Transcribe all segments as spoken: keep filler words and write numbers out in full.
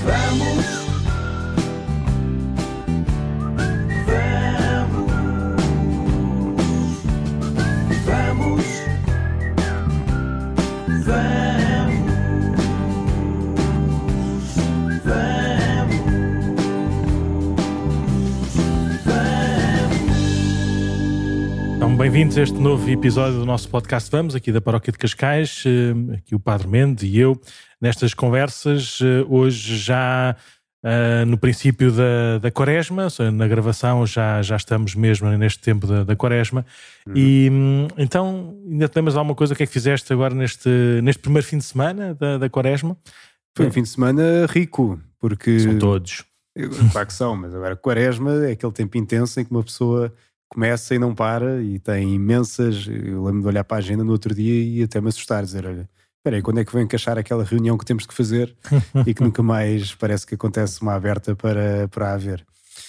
Bem-vindos a este novo episódio do nosso podcast Vamos, aqui da Paróquia de Cascais, aqui o Padre Mendes e eu, nestas conversas, hoje já uh, no princípio da, da Quaresma, na gravação já, já estamos mesmo neste tempo da, da Quaresma, uhum. E então, ainda te lembras de alguma coisa, o que é que fizeste agora neste, neste primeiro fim de semana da, da Quaresma? Foi um fim de semana rico, porque... São todos. Eu, claro que são, mas agora Quaresma é aquele tempo intenso em que uma pessoa... começa e não para e tem imensas... Eu lembro de olhar para a agenda no outro dia e até me assustar, dizer, olha, espera aí, quando é que vou encaixar aquela reunião que temos que fazer e que nunca mais parece que acontece uma aberta para, para haver.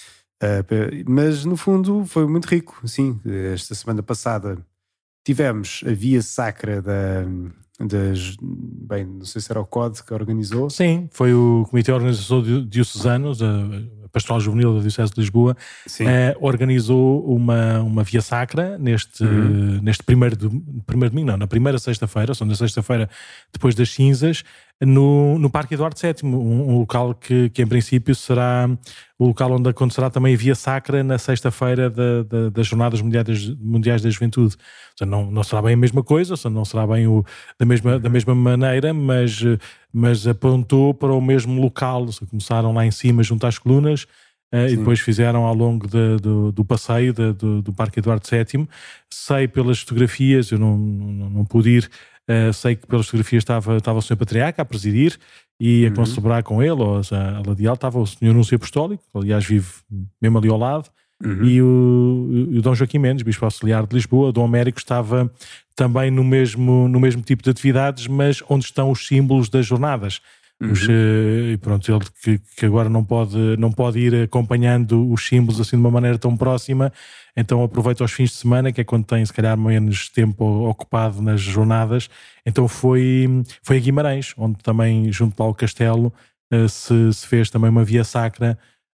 Uh, mas no fundo foi muito rico, sim. Esta semana passada tivemos a Via Sacra da... Das, bem, não sei se era o C O D que organizou. Sim, foi o Comitê Organizador Diocesano, da Pastoral Juvenil da Diocese de Lisboa, eh, organizou uma, uma Via Sacra neste, uhum. neste primeiro, primeiro domingo, não, na primeira sexta-feira, ou seja, na sexta-feira depois das cinzas, no, no Parque Eduardo sétimo, um, um local que, que em princípio será o local onde acontecerá também a Via Sacra na sexta-feira da, da, das Jornadas Mundiais, Mundiais da Juventude. Ou seja, não, não será bem a mesma coisa, ou seja, não será bem o, da, mesma, da mesma maneira, mas, mas apontou para o mesmo local. Ou seja, começaram lá em cima junto às colunas, uh, e depois fizeram ao longo de, do, do passeio de, do, do Parque Eduardo sétimo. Sei pelas fotografias, eu não, não, não pude ir, uh, sei que pelas fotografias estava, estava o senhor Patriarca a presidir e a uhum. concelebrar com ele, ou a ladeal, estava o senhor Núncio Apostólico, que aliás vive mesmo ali ao lado, uhum. e o, o Dom Joaquim Mendes, Bispo Auxiliar de Lisboa. O Dom Américo estava também no mesmo, no mesmo tipo de atividades, mas onde estão os símbolos das jornadas. Uhum. Os, e pronto, ele que, que agora não pode, não pode ir acompanhando os símbolos assim de uma maneira tão próxima, então aproveita os fins de semana, que é quando tem se calhar menos tempo ocupado nas jornadas. Então foi, foi a Guimarães, onde também junto ao Castelo se, se fez também uma Via Sacra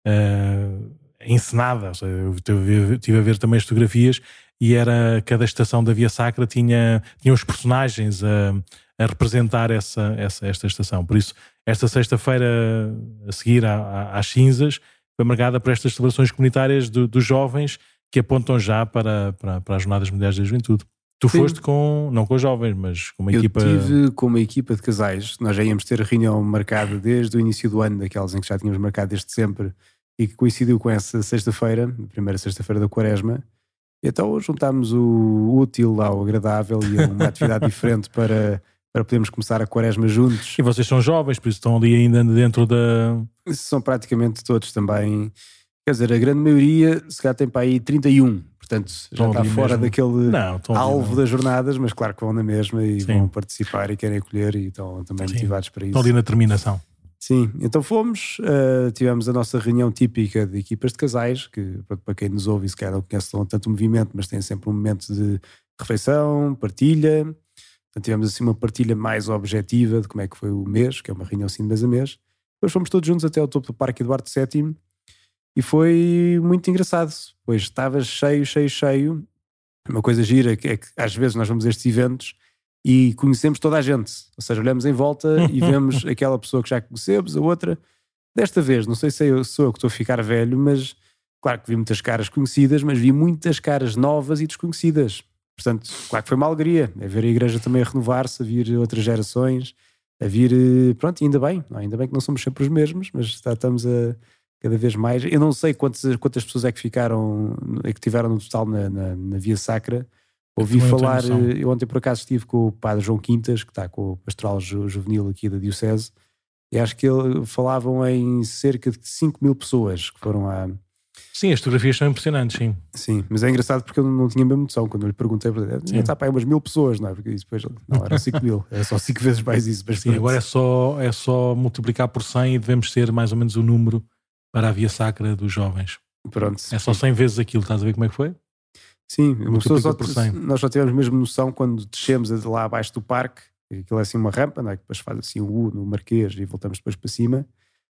uh, encenada. Ou seja, eu estive a ver também as fotografias e era, cada estação da Via Sacra tinha, tinha os personagens a, a representar essa, essa, esta estação. Por isso, esta sexta-feira a seguir à, à, às cinzas foi marcada por estas celebrações comunitárias do, dos jovens, que apontam já para, para, para as Jornadas Mundiais da Juventude. Tu Sim. foste com, não com os jovens, mas com uma eu equipa... Eu estive com uma equipa de casais. Nós já íamos ter a reunião marcada desde o início do ano, daquelas em que já tínhamos marcado desde sempre, e que coincidiu com essa sexta-feira, a primeira sexta-feira da Quaresma. Então juntámos o útil ao agradável e uma atividade diferente para, para podermos começar a Quaresma juntos. E vocês são jovens, por isso estão ali ainda dentro da... São praticamente todos também. Quer dizer, a grande maioria se calhar tem para aí trinta e um, portanto já está fora mesmo daquele não, alvo das jornadas, mas claro que vão na mesma e Sim. vão participar e querem acolher e estão também Sim. motivados para isso. Estão ali na determinação. Sim, então fomos, uh, tivemos a nossa reunião típica de equipas de casais, que para quem nos ouve e se calhar não conhece tanto o movimento, mas tem sempre um momento de refeição, partilha. Então tivemos assim uma partilha mais objetiva de como é que foi o mês, que é uma reunião assim de mês a mês. Depois fomos todos juntos até ao topo do Parque Eduardo sétimo e foi muito engraçado, pois estava cheio, cheio, cheio. Uma coisa gira é que às vezes nós vamos a estes eventos e conhecemos toda a gente, ou seja, olhamos em volta e vemos aquela pessoa que já conhecemos, a outra. Desta vez, não sei se eu sou eu que estou a ficar velho, mas claro que vi muitas caras conhecidas, mas vi muitas caras novas e desconhecidas. Portanto, claro que foi uma alegria, é ver a igreja também a renovar-se, a vir outras gerações, a vir, pronto, e ainda bem, não, ainda bem que não somos sempre os mesmos, mas estamos a cada vez mais. Eu não sei quantas, quantas pessoas é que ficaram, é que tiveram no total na, na, na Via Sacra. Ouvi falar, eu ontem por acaso estive com o padre João Quintas, que está com o Pastoral Juvenil aqui da Diocese, e acho que ele, falavam em cerca de cinco mil pessoas que foram a... Sim, as fotografias são impressionantes, sim. Sim, mas é engraçado porque eu não tinha mesmo noção quando eu lhe perguntei, está para aí umas mil pessoas, não é? Porque depois, não, eram cinco mil, era só cinco vezes mais isso. Sim, pronto. Agora é só, é só multiplicar por cem e devemos ter mais ou menos o número para a Via Sacra dos jovens. Pronto. É só cem vezes aquilo, estás a ver como é que foi? Sim, só, nós só tivemos mesmo noção quando descemos lá abaixo do parque, aquilo é assim uma rampa, não é? Que depois faz assim um U no Marquês e voltamos depois para cima.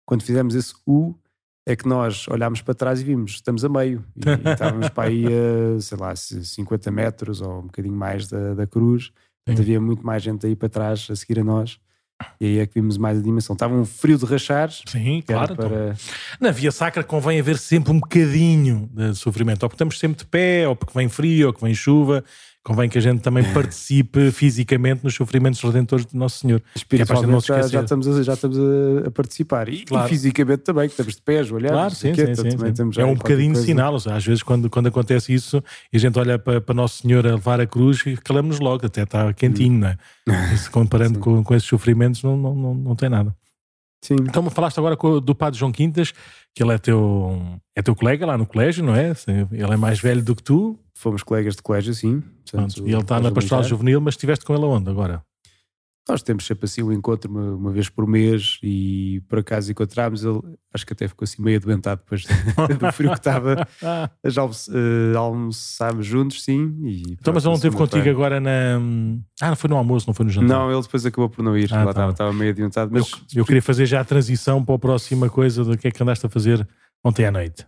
quando fizemos esse U, é que nós olhámos para trás e vimos, estamos a meio. E, e estávamos para aí a, sei lá, cinquenta metros ou um bocadinho mais da, da cruz. Portanto, havia muito mais gente aí para trás a seguir a nós. E aí é que vimos mais a dimensão. Estava um frio de rachar. Sim, claro. Para... Então, na via sacra convém haver sempre um bocadinho de sofrimento. Ou porque estamos sempre de pé, ou porque vem frio, ou que vem chuva. Convém que a gente também participe fisicamente nos sofrimentos redentores do Nosso Senhor. Espiritualmente é já, já estamos, a, já estamos a, a participar. E, claro. E fisicamente também, que estamos de pé, ajoelhados. Claro, sim, sim, sim, sim. É um bocadinho de sinal. Ou seja, às vezes quando, quando acontece isso e a gente olha para, para Nosso Senhor a levar a cruz e calamos logo, até está quentinho, hum. não é? Isso, comparando com, com esses sofrimentos não, não, não, não tem nada. Sim. Então me falaste agora do Padre João Quintas, que ele é teu, é teu colega lá no colégio, não é? Ele é mais velho do que tu. Fomos colegas de colégio, sim. Portanto, e ele está na Pastoral Juvenil, mas estiveste com ele aonde agora? Nós temos sempre assim um encontro uma, uma vez por mês e por acaso encontramos ele, acho que até ficou assim meio adoentado depois do frio que estava. Já uh, almoçámos juntos, sim. E, então, mas ele não esteve contigo bem. Agora na... Ah, não foi no almoço, não foi no jantar? Não, ele depois acabou por não ir, ah, lá estava, estava meio adiantado. Mas... Eu, eu queria fazer já a transição para a próxima coisa do que é que andaste a fazer ontem à noite.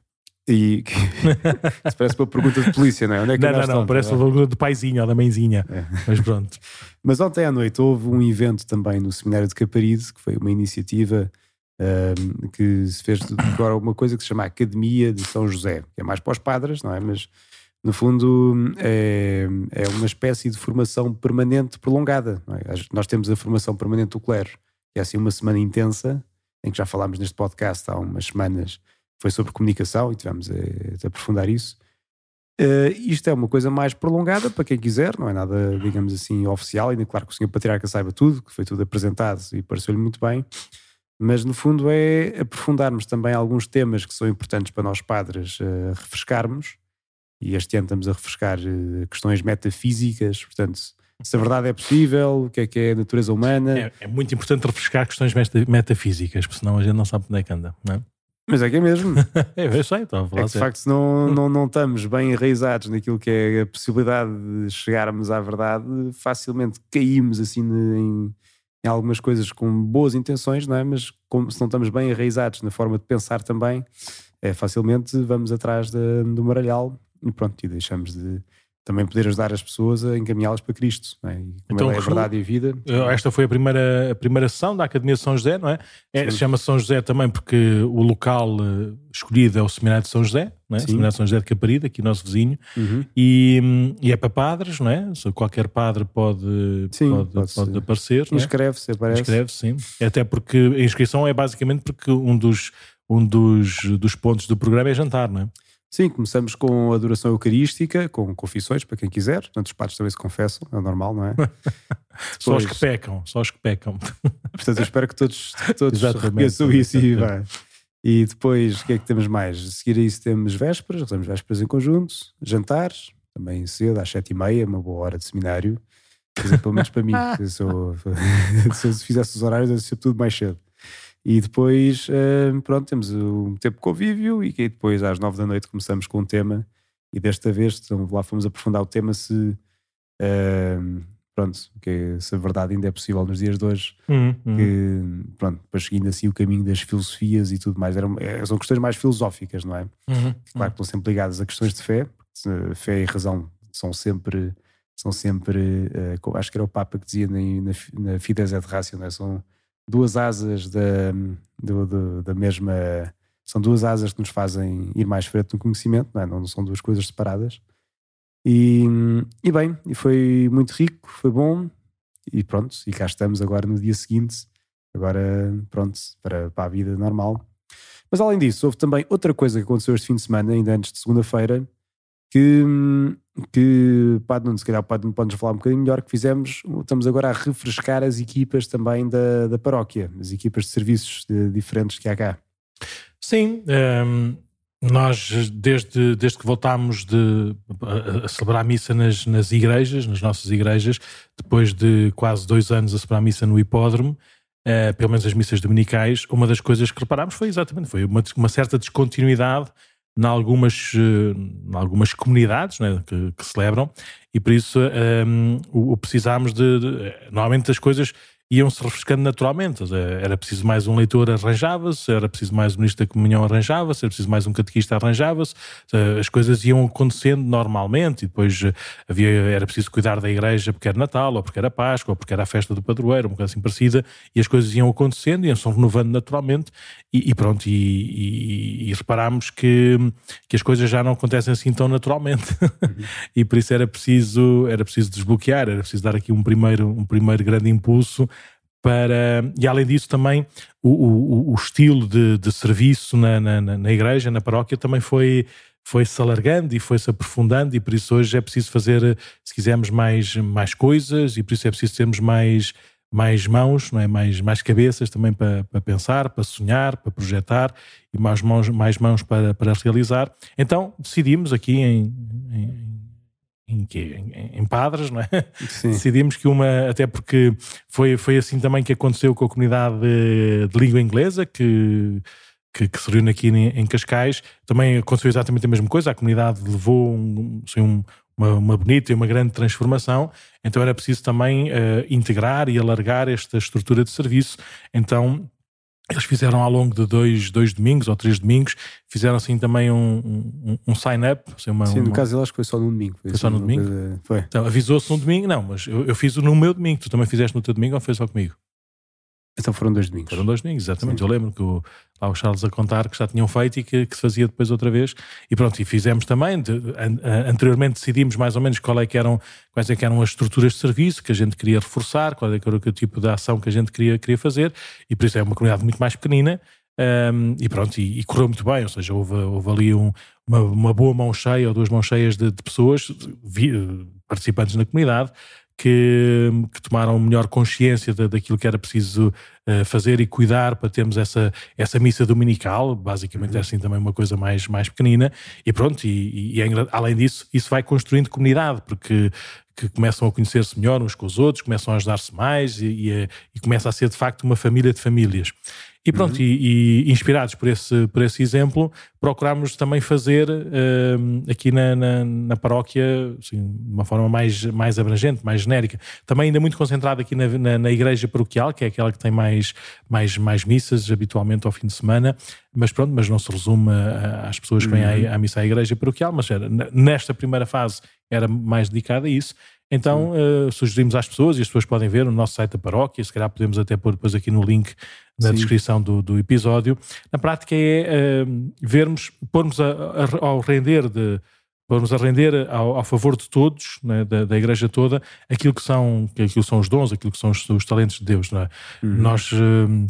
E isso parece uma pergunta de polícia, não é? Onde é que não, não, não, parece uma pergunta do paizinho ou da mãezinha. É. Mas pronto. Mas ontem à noite houve um evento também no Seminário de Caparide, que foi uma iniciativa um, que se fez agora uma coisa que se chama Academia de São José, que é mais para os padres, não é? Mas no fundo é, é uma espécie de formação permanente prolongada. Não é? Nós temos a formação permanente do clero, que é assim uma semana intensa, em que já falámos neste podcast há umas semanas. Foi sobre comunicação e tivemos a, a aprofundar isso. Uh, isto é uma coisa mais prolongada para quem quiser, não é nada, digamos assim, oficial. Ainda claro que o senhor Patriarca saiba tudo, que foi tudo apresentado e pareceu-lhe muito bem. Mas no fundo é aprofundarmos também alguns temas que são importantes para nós padres uh, refrescarmos. E este ano estamos a refrescar uh, questões metafísicas, portanto, se a verdade é possível, o que é que é a natureza humana. É, é muito importante refrescar questões metafísicas, porque senão a gente não sabe onde é que anda, não é? Mas é que é mesmo. Eu sei, então, é que de facto, se não, não, não estamos bem enraizados naquilo que é a possibilidade de chegarmos à verdade, facilmente caímos assim em, em algumas coisas com boas intenções, não é? Mas como, se não estamos bem enraizados na forma de pensar também, é, facilmente vamos atrás de, do maralhau e pronto, e deixamos de também poder ajudar as pessoas a encaminhá-las para Cristo, não é? E como então, é a verdade e a vida. Esta foi a primeira, a primeira sessão da Academia de São José, não é? é Chama-se São José também porque o local uh, escolhido é o Seminário de São José, não é? O Seminário de São José de Caparide, aqui nosso vizinho, uhum. e, e é para padres, não é? Qualquer padre pode, sim, pode, pode, pode aparecer. Inscreve-se, aparece. Inscreve-se, sim. Até porque a inscrição é basicamente porque um dos, um dos, dos pontos do programa é jantar, não é? Sim, começamos com a adoração eucarística, com confissões, para quem quiser. Portanto, os padres também se confessam, é normal, não é? Depois... Só os que pecam, só os que pecam. Portanto, eu espero que todos, todos reconheçam isso e vai. E depois, o que é que temos mais? A seguir a isso temos vésperas, rezamos vésperas em conjunto, jantares, também cedo, às sete e meia, uma boa hora de seminário. Quer dizer, pelo menos para mim, se eu, se eu fizesse os horários, ia ser tudo mais cedo. E depois, pronto, temos um tempo de convívio e que depois às nove da noite começamos com um tema e desta vez então, lá fomos aprofundar o tema se, pronto, que, se a verdade ainda é possível nos dias de hoje, uhum, uhum. que, pronto, depois seguindo assim o caminho das filosofias e tudo mais, eram, são questões mais filosóficas, não é? Uhum, claro que estão sempre ligadas a questões de fé, porque fé e razão são sempre, são sempre acho que era o Papa que dizia na, na, na Fides et Ratio, não é? São duas asas da, do, do, da mesma... São duas asas que nos fazem ir mais frente no conhecimento, não é? Não são duas coisas separadas. E, e bem, e foi muito rico, foi bom. E pronto, e cá estamos agora no dia seguinte. Agora, pronto, para, para a vida normal. Mas além disso, houve também outra coisa que aconteceu este fim de semana, ainda antes de segunda-feira, que, que Padre Nuno, se calhar o Padre Nuno pode-nos falar um bocadinho melhor, que fizemos, estamos agora a refrescar as equipas também da, da paróquia, as equipas de serviços de, diferentes que há cá. Sim, um, nós desde, desde que voltámos de, a, a celebrar a missa nas, nas igrejas, nas nossas igrejas, depois de quase dois anos a celebrar a missa no hipódromo, uh, pelo menos as missas dominicais, uma das coisas que reparámos foi exatamente, foi uma, uma certa descontinuidade em algumas, em algumas comunidades, né, que, que celebram, e por isso um, o, o precisámos de, de... Normalmente as coisas... iam-se refrescando naturalmente. Era preciso mais um leitor, arranjava-se, era preciso mais um ministro da comunhão, arranjava-se, era preciso mais um catequista, arranjava-se, as coisas iam acontecendo normalmente, e depois havia, era preciso cuidar da igreja porque era Natal, ou porque era Páscoa, ou porque era a festa do padroeiro, uma coisa assim parecida, e as coisas iam acontecendo, iam-se renovando naturalmente, e, e pronto, e, e, e reparámos que, que as coisas já não acontecem assim tão naturalmente, uhum. E por isso era preciso, era preciso desbloquear, era preciso dar aqui um primeiro, um primeiro grande impulso para, e além disso também o, o, o estilo de, de serviço na, na, na igreja, na paróquia também foi, foi-se alargando e foi-se aprofundando, e por isso hoje é preciso fazer, se quisermos, mais, mais coisas, e por isso é preciso termos mais, mais mãos, não é? mais, mais cabeças também para, para pensar, para sonhar, para projetar, e mais mãos, mais mãos para, para realizar. Então decidimos aqui em, em Em, em, em Padres, não é? Sim. Decidimos que uma, até porque foi, foi assim também que aconteceu com a comunidade de, de língua inglesa que, que, que se reúne aqui em, em Cascais, também aconteceu exatamente a mesma coisa, a comunidade levou um, assim, um, uma, uma bonita e uma grande transformação, então era preciso também uh, integrar e alargar esta estrutura de serviço. Então eles fizeram ao longo de dois, dois domingos ou três domingos, fizeram assim também um, um, um sign-up. Assim uma, Sim, no uma... caso eu acho que foi só no domingo. Foi, foi só no domingo? Coisa... Foi. Então, avisou-se no domingo? Não, mas eu, eu fiz no meu domingo. Tu também fizeste no teu domingo ou foi só comigo? Então foram dois domingos. Foram dois domingos, exatamente. Sim. Eu lembro que o, lá o Charles a contar que já tinham feito e que, que se fazia depois outra vez. E pronto, e fizemos também. De, an, anteriormente decidimos mais ou menos qual é que eram, quais é que eram as estruturas de serviço que a gente queria reforçar, qual é que era o tipo de ação que a gente queria, queria fazer. E por isso é uma comunidade muito mais pequenina. Um, e pronto, e, e correu muito bem, ou seja, houve, houve ali um, uma, uma boa mão cheia ou duas mãos cheias de, de pessoas, vi, participantes na comunidade, que, que tomaram melhor consciência de, daquilo que era preciso uh, fazer e cuidar para termos essa, essa missa dominical, basicamente uhum. é assim também uma coisa mais, mais pequenina, e pronto, e, e é, além disso, isso vai construindo comunidade, porque que começam a conhecer-se melhor uns com os outros, começam a ajudar-se mais e, e, e começa a ser de facto uma família de famílias. E pronto, uhum. e, e inspirados por esse, por esse exemplo, procurámos também fazer uh, aqui na, na, na paróquia, assim, de uma forma mais, mais abrangente, mais genérica. Também ainda muito concentrado aqui na, na, na igreja paroquial, que é aquela que tem mais, mais, mais missas habitualmente ao fim de semana, mas pronto, mas não se resume a, às pessoas que vêm uhum. à, à missa à igreja paroquial, mas era, nesta primeira fase era mais dedicada a isso. Então uh, sugerimos às pessoas, e as pessoas podem ver no nosso site da paróquia, se calhar podemos até pôr depois aqui no link na Sim. descrição do, do episódio. Na prática é uh, vermos, pormos a, a, ao render, de, pormos a render ao, ao favor de todos, né, da, da igreja toda, aquilo que são, aquilo que são os dons, aquilo que são os, os talentos de Deus. Não é? Uhum. Nós... Uh,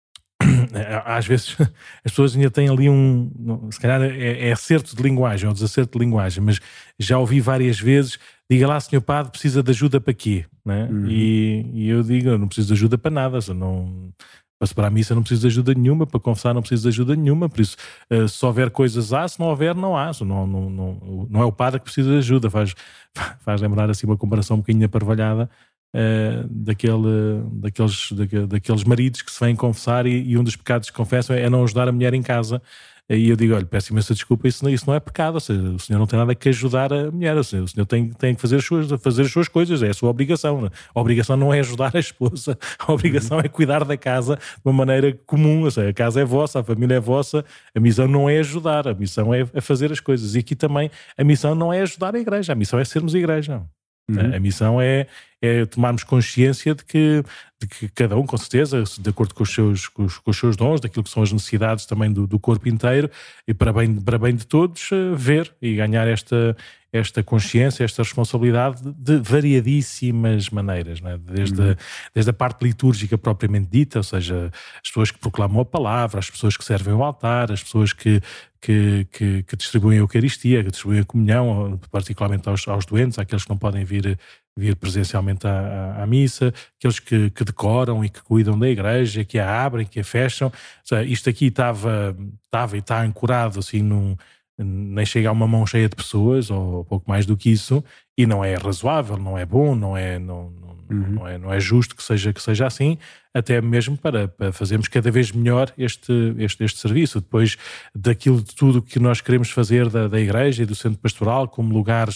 às vezes as pessoas ainda têm ali um, se calhar é, é acerto de linguagem ou desacerto de linguagem, mas já ouvi várias vezes, diga lá senhor padre, precisa de ajuda para quê? Né? Uhum. E, e eu digo, eu não preciso de ajuda para nada, não, para separar a missa não preciso de ajuda nenhuma, para confessar não preciso de ajuda nenhuma, por isso uh, se houver coisas há, se não houver não há, não, não, não, não é o padre que precisa de ajuda, faz, faz lembrar assim uma comparação um bocadinho aparvalhada. Uh, daquele, daqueles, daqueles, daqueles maridos que se vêm confessar e, e um dos pecados que confessam é não ajudar a mulher em casa, e eu digo, olha, peço imensa desculpa, isso, isso não é pecado, ou seja, o senhor não tem nada que ajudar a mulher, ou seja, o senhor tem, tem que fazer as, suas, fazer as suas coisas, é a sua obrigação. A obrigação não é ajudar a esposa, a obrigação uhum. é cuidar da casa de uma maneira comum, ou seja, a casa é vossa, a família é vossa, a missão não é ajudar, a missão é, é fazer as coisas. E aqui também a missão não é ajudar a igreja, a missão é sermos igreja. Uhum. A missão é, é tomarmos consciência de que, de que cada um, com certeza, de acordo com os seus, com os, com os seus dons, daquilo que são as necessidades também do, do corpo inteiro, e para bem, para bem de todos, ver e ganhar esta, esta consciência, esta responsabilidade de variadíssimas maneiras, não é? Desde, uhum. desde a parte litúrgica propriamente dita, ou seja, as pessoas que proclamam a palavra, as pessoas que servem o altar, as pessoas que Que, que, que distribuem a Eucaristia, que distribuem a comunhão, particularmente aos, aos doentes, àqueles que não podem vir, vir presencialmente à, à, à missa, aqueles que, que decoram e que cuidam da igreja, que a abrem, que a fecham. Ou seja, isto aqui estava, estava e está ancorado assim num, nem chega a uma mão cheia de pessoas, ou pouco mais do que isso, e não é razoável, não é bom, não é, não, não, uhum. não é, não é justo que seja, que seja assim, até mesmo para, para fazermos cada vez melhor este, este, este serviço, depois daquilo de tudo que nós queremos fazer da, da igreja e do centro pastoral como lugares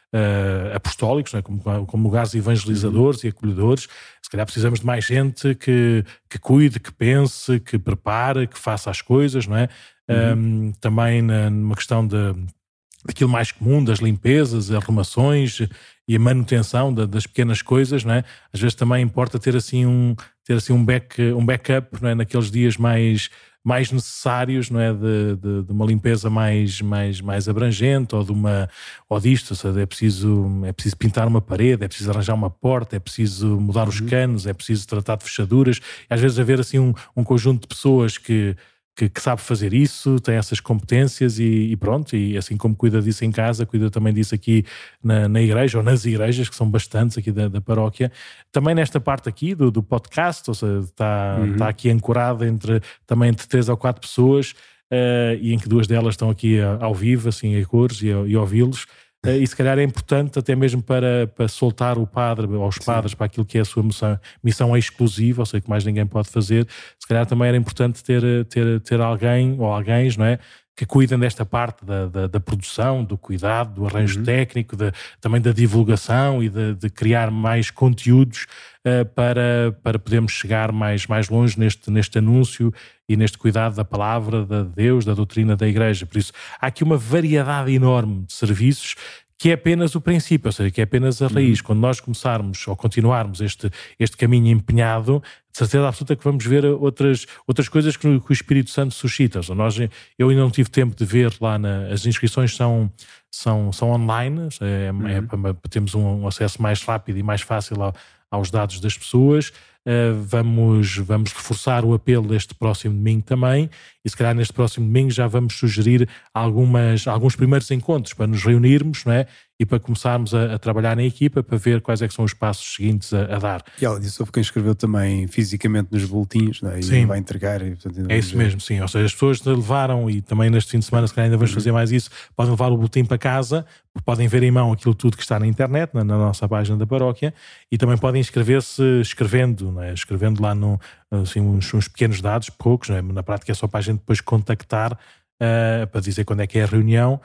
uh, apostólicos, não é? como, como lugares evangelizadores uhum. e acolhedores. Se calhar precisamos de mais gente que, que cuide, que pense, que prepare, que faça as coisas, não é? Uhum. Um, também na, numa questão de, daquilo mais comum, das limpezas, arrumações e a manutenção da, das pequenas coisas, não é? Às vezes também importa ter assim um, ter assim um, back, um backup, não é? Naqueles dias mais, mais necessários, não é? De, de, de uma limpeza mais, mais, mais abrangente, ou de uma, ou disto, ou seja, é preciso, é preciso pintar uma parede, é preciso arranjar uma porta, é preciso mudar uhum. os canos, é preciso tratar de fechaduras, e às vezes haver assim um, um conjunto de pessoas que Que, que sabe fazer isso, tem essas competências e, e pronto, e assim como cuida disso em casa, cuida também disso aqui na, na igreja, ou nas igrejas, que são bastantes aqui da, da paróquia. Também nesta parte aqui do, do podcast, ou seja, está, uhum. está aqui ancorada entre, também entre três ou quatro pessoas, uh, e em que duas delas estão aqui ao vivo, assim, a cores e, e ouvi-los. Uh, e se calhar é importante até mesmo para, para soltar o padre, aos padres, Sim. para aquilo que é a sua missão, missão exclusiva, ou seja, que mais ninguém pode fazer. Se calhar também era importante ter, ter, ter alguém ou alguém, não é, que cuidem desta parte da, da, da produção, do cuidado, do arranjo uhum. técnico, de, também da divulgação e de, de criar mais conteúdos uh, para, para podermos chegar mais, mais longe neste, neste anúncio e neste cuidado da palavra de Deus, da doutrina da Igreja. Por isso, há aqui uma variedade enorme de serviços que é apenas o princípio, ou seja, que é apenas a raiz. Uhum. Quando nós começarmos ou continuarmos este, este caminho empenhado, de certeza absoluta que vamos ver outras, outras coisas que o, que o Espírito Santo suscita. Ou nós, eu ainda não tive tempo de ver lá, na, as inscrições são, são, são online, é, uhum. é para, para termos um, um acesso mais rápido e mais fácil ao, aos dados das pessoas. Uh, vamos, vamos reforçar o apelo deste próximo domingo também, e se calhar neste próximo domingo já vamos sugerir algumas, alguns primeiros encontros para nos reunirmos, não é? E para começarmos a, a trabalhar na equipa para ver quais é que são os passos seguintes a, a dar. E ela disse, houve quem escreveu também fisicamente nos boletins, não é? E sim. vai entregar. E, portanto, é isso ver. mesmo, sim. Ou seja, as pessoas levaram, e também neste fim de semana se calhar ainda vamos uhum. fazer mais isso, podem levar o boletim para casa, podem ver em mão aquilo tudo que está na internet, na, na nossa página da paróquia, e também podem inscrever-se escrevendo, não é? Escrevendo lá no, assim, uns, uns pequenos dados, poucos, não é? Na prática é só para a gente depois contactar uh, para dizer quando é que é a reunião.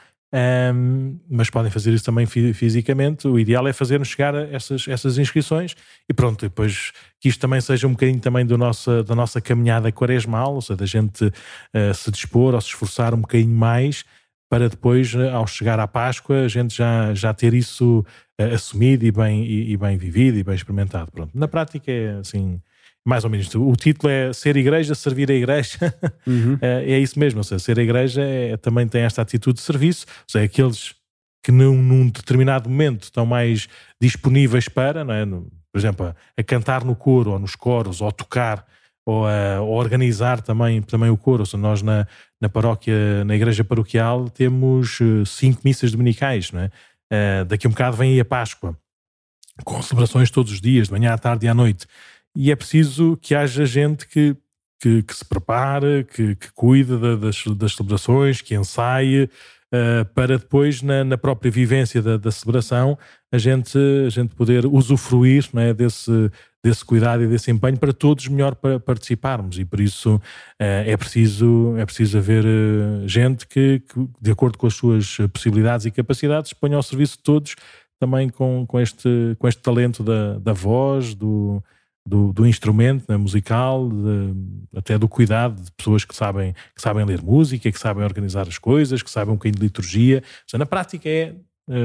Um, mas podem fazer isso também fisicamente. O ideal é fazer-nos chegar a essas, essas inscrições e pronto, depois que isto também seja um bocadinho também do nossa, da nossa caminhada quaresmal, ou seja, da gente uh, se dispor ou se esforçar um bocadinho mais para depois, ao chegar à Páscoa, a gente já, já ter isso uh, assumido e bem, e, e bem vivido e bem experimentado. Pronto. Na prática é assim, mais ou menos. O título é Ser Igreja, Servir a Igreja. Uhum. é, é isso mesmo. Ou seja, ser a Igreja é, também tem esta atitude de serviço. Ou seja, aqueles que num, num determinado momento estão mais disponíveis para, não é? No, por exemplo, a, a cantar no coro ou nos coros, ou a tocar, ou a, a organizar também, também o coro. Ou seja, nós na, na paróquia, na igreja paroquial, temos cinco missas dominicais, não é? Uh, daqui a um bocado vem aí a Páscoa, com celebrações todos os dias, de manhã à tarde e à noite. E é preciso que haja gente que, que, que se prepare, que, que cuide da, das, das celebrações, que ensaie, uh, para depois, na, na própria vivência da, da celebração, a gente, a gente poder usufruir, não é, desse, desse cuidado e desse empenho para todos melhor para participarmos. E por isso uh, é, preciso, é preciso haver uh, gente que, que, de acordo com as suas possibilidades e capacidades, se ponha ao serviço de todos, também com, com, este, com este talento da, da voz, do... Do, do instrumento, né, musical, de, até do cuidado de pessoas que sabem, que sabem ler música, que sabem organizar as coisas, que sabem um bocadinho de liturgia. Ou seja, na prática é,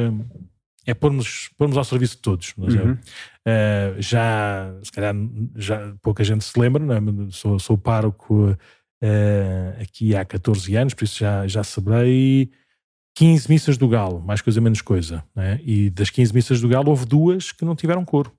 é pormos, pormos ao serviço de todos. Uhum. É, já, se calhar, já pouca gente se lembra, né? sou, sou pároco é, aqui há catorze anos, por isso já, já celebrei quinze missas do Galo, mais coisa menos coisa. Né? E das quinze missas do Galo houve duas que não tiveram coro.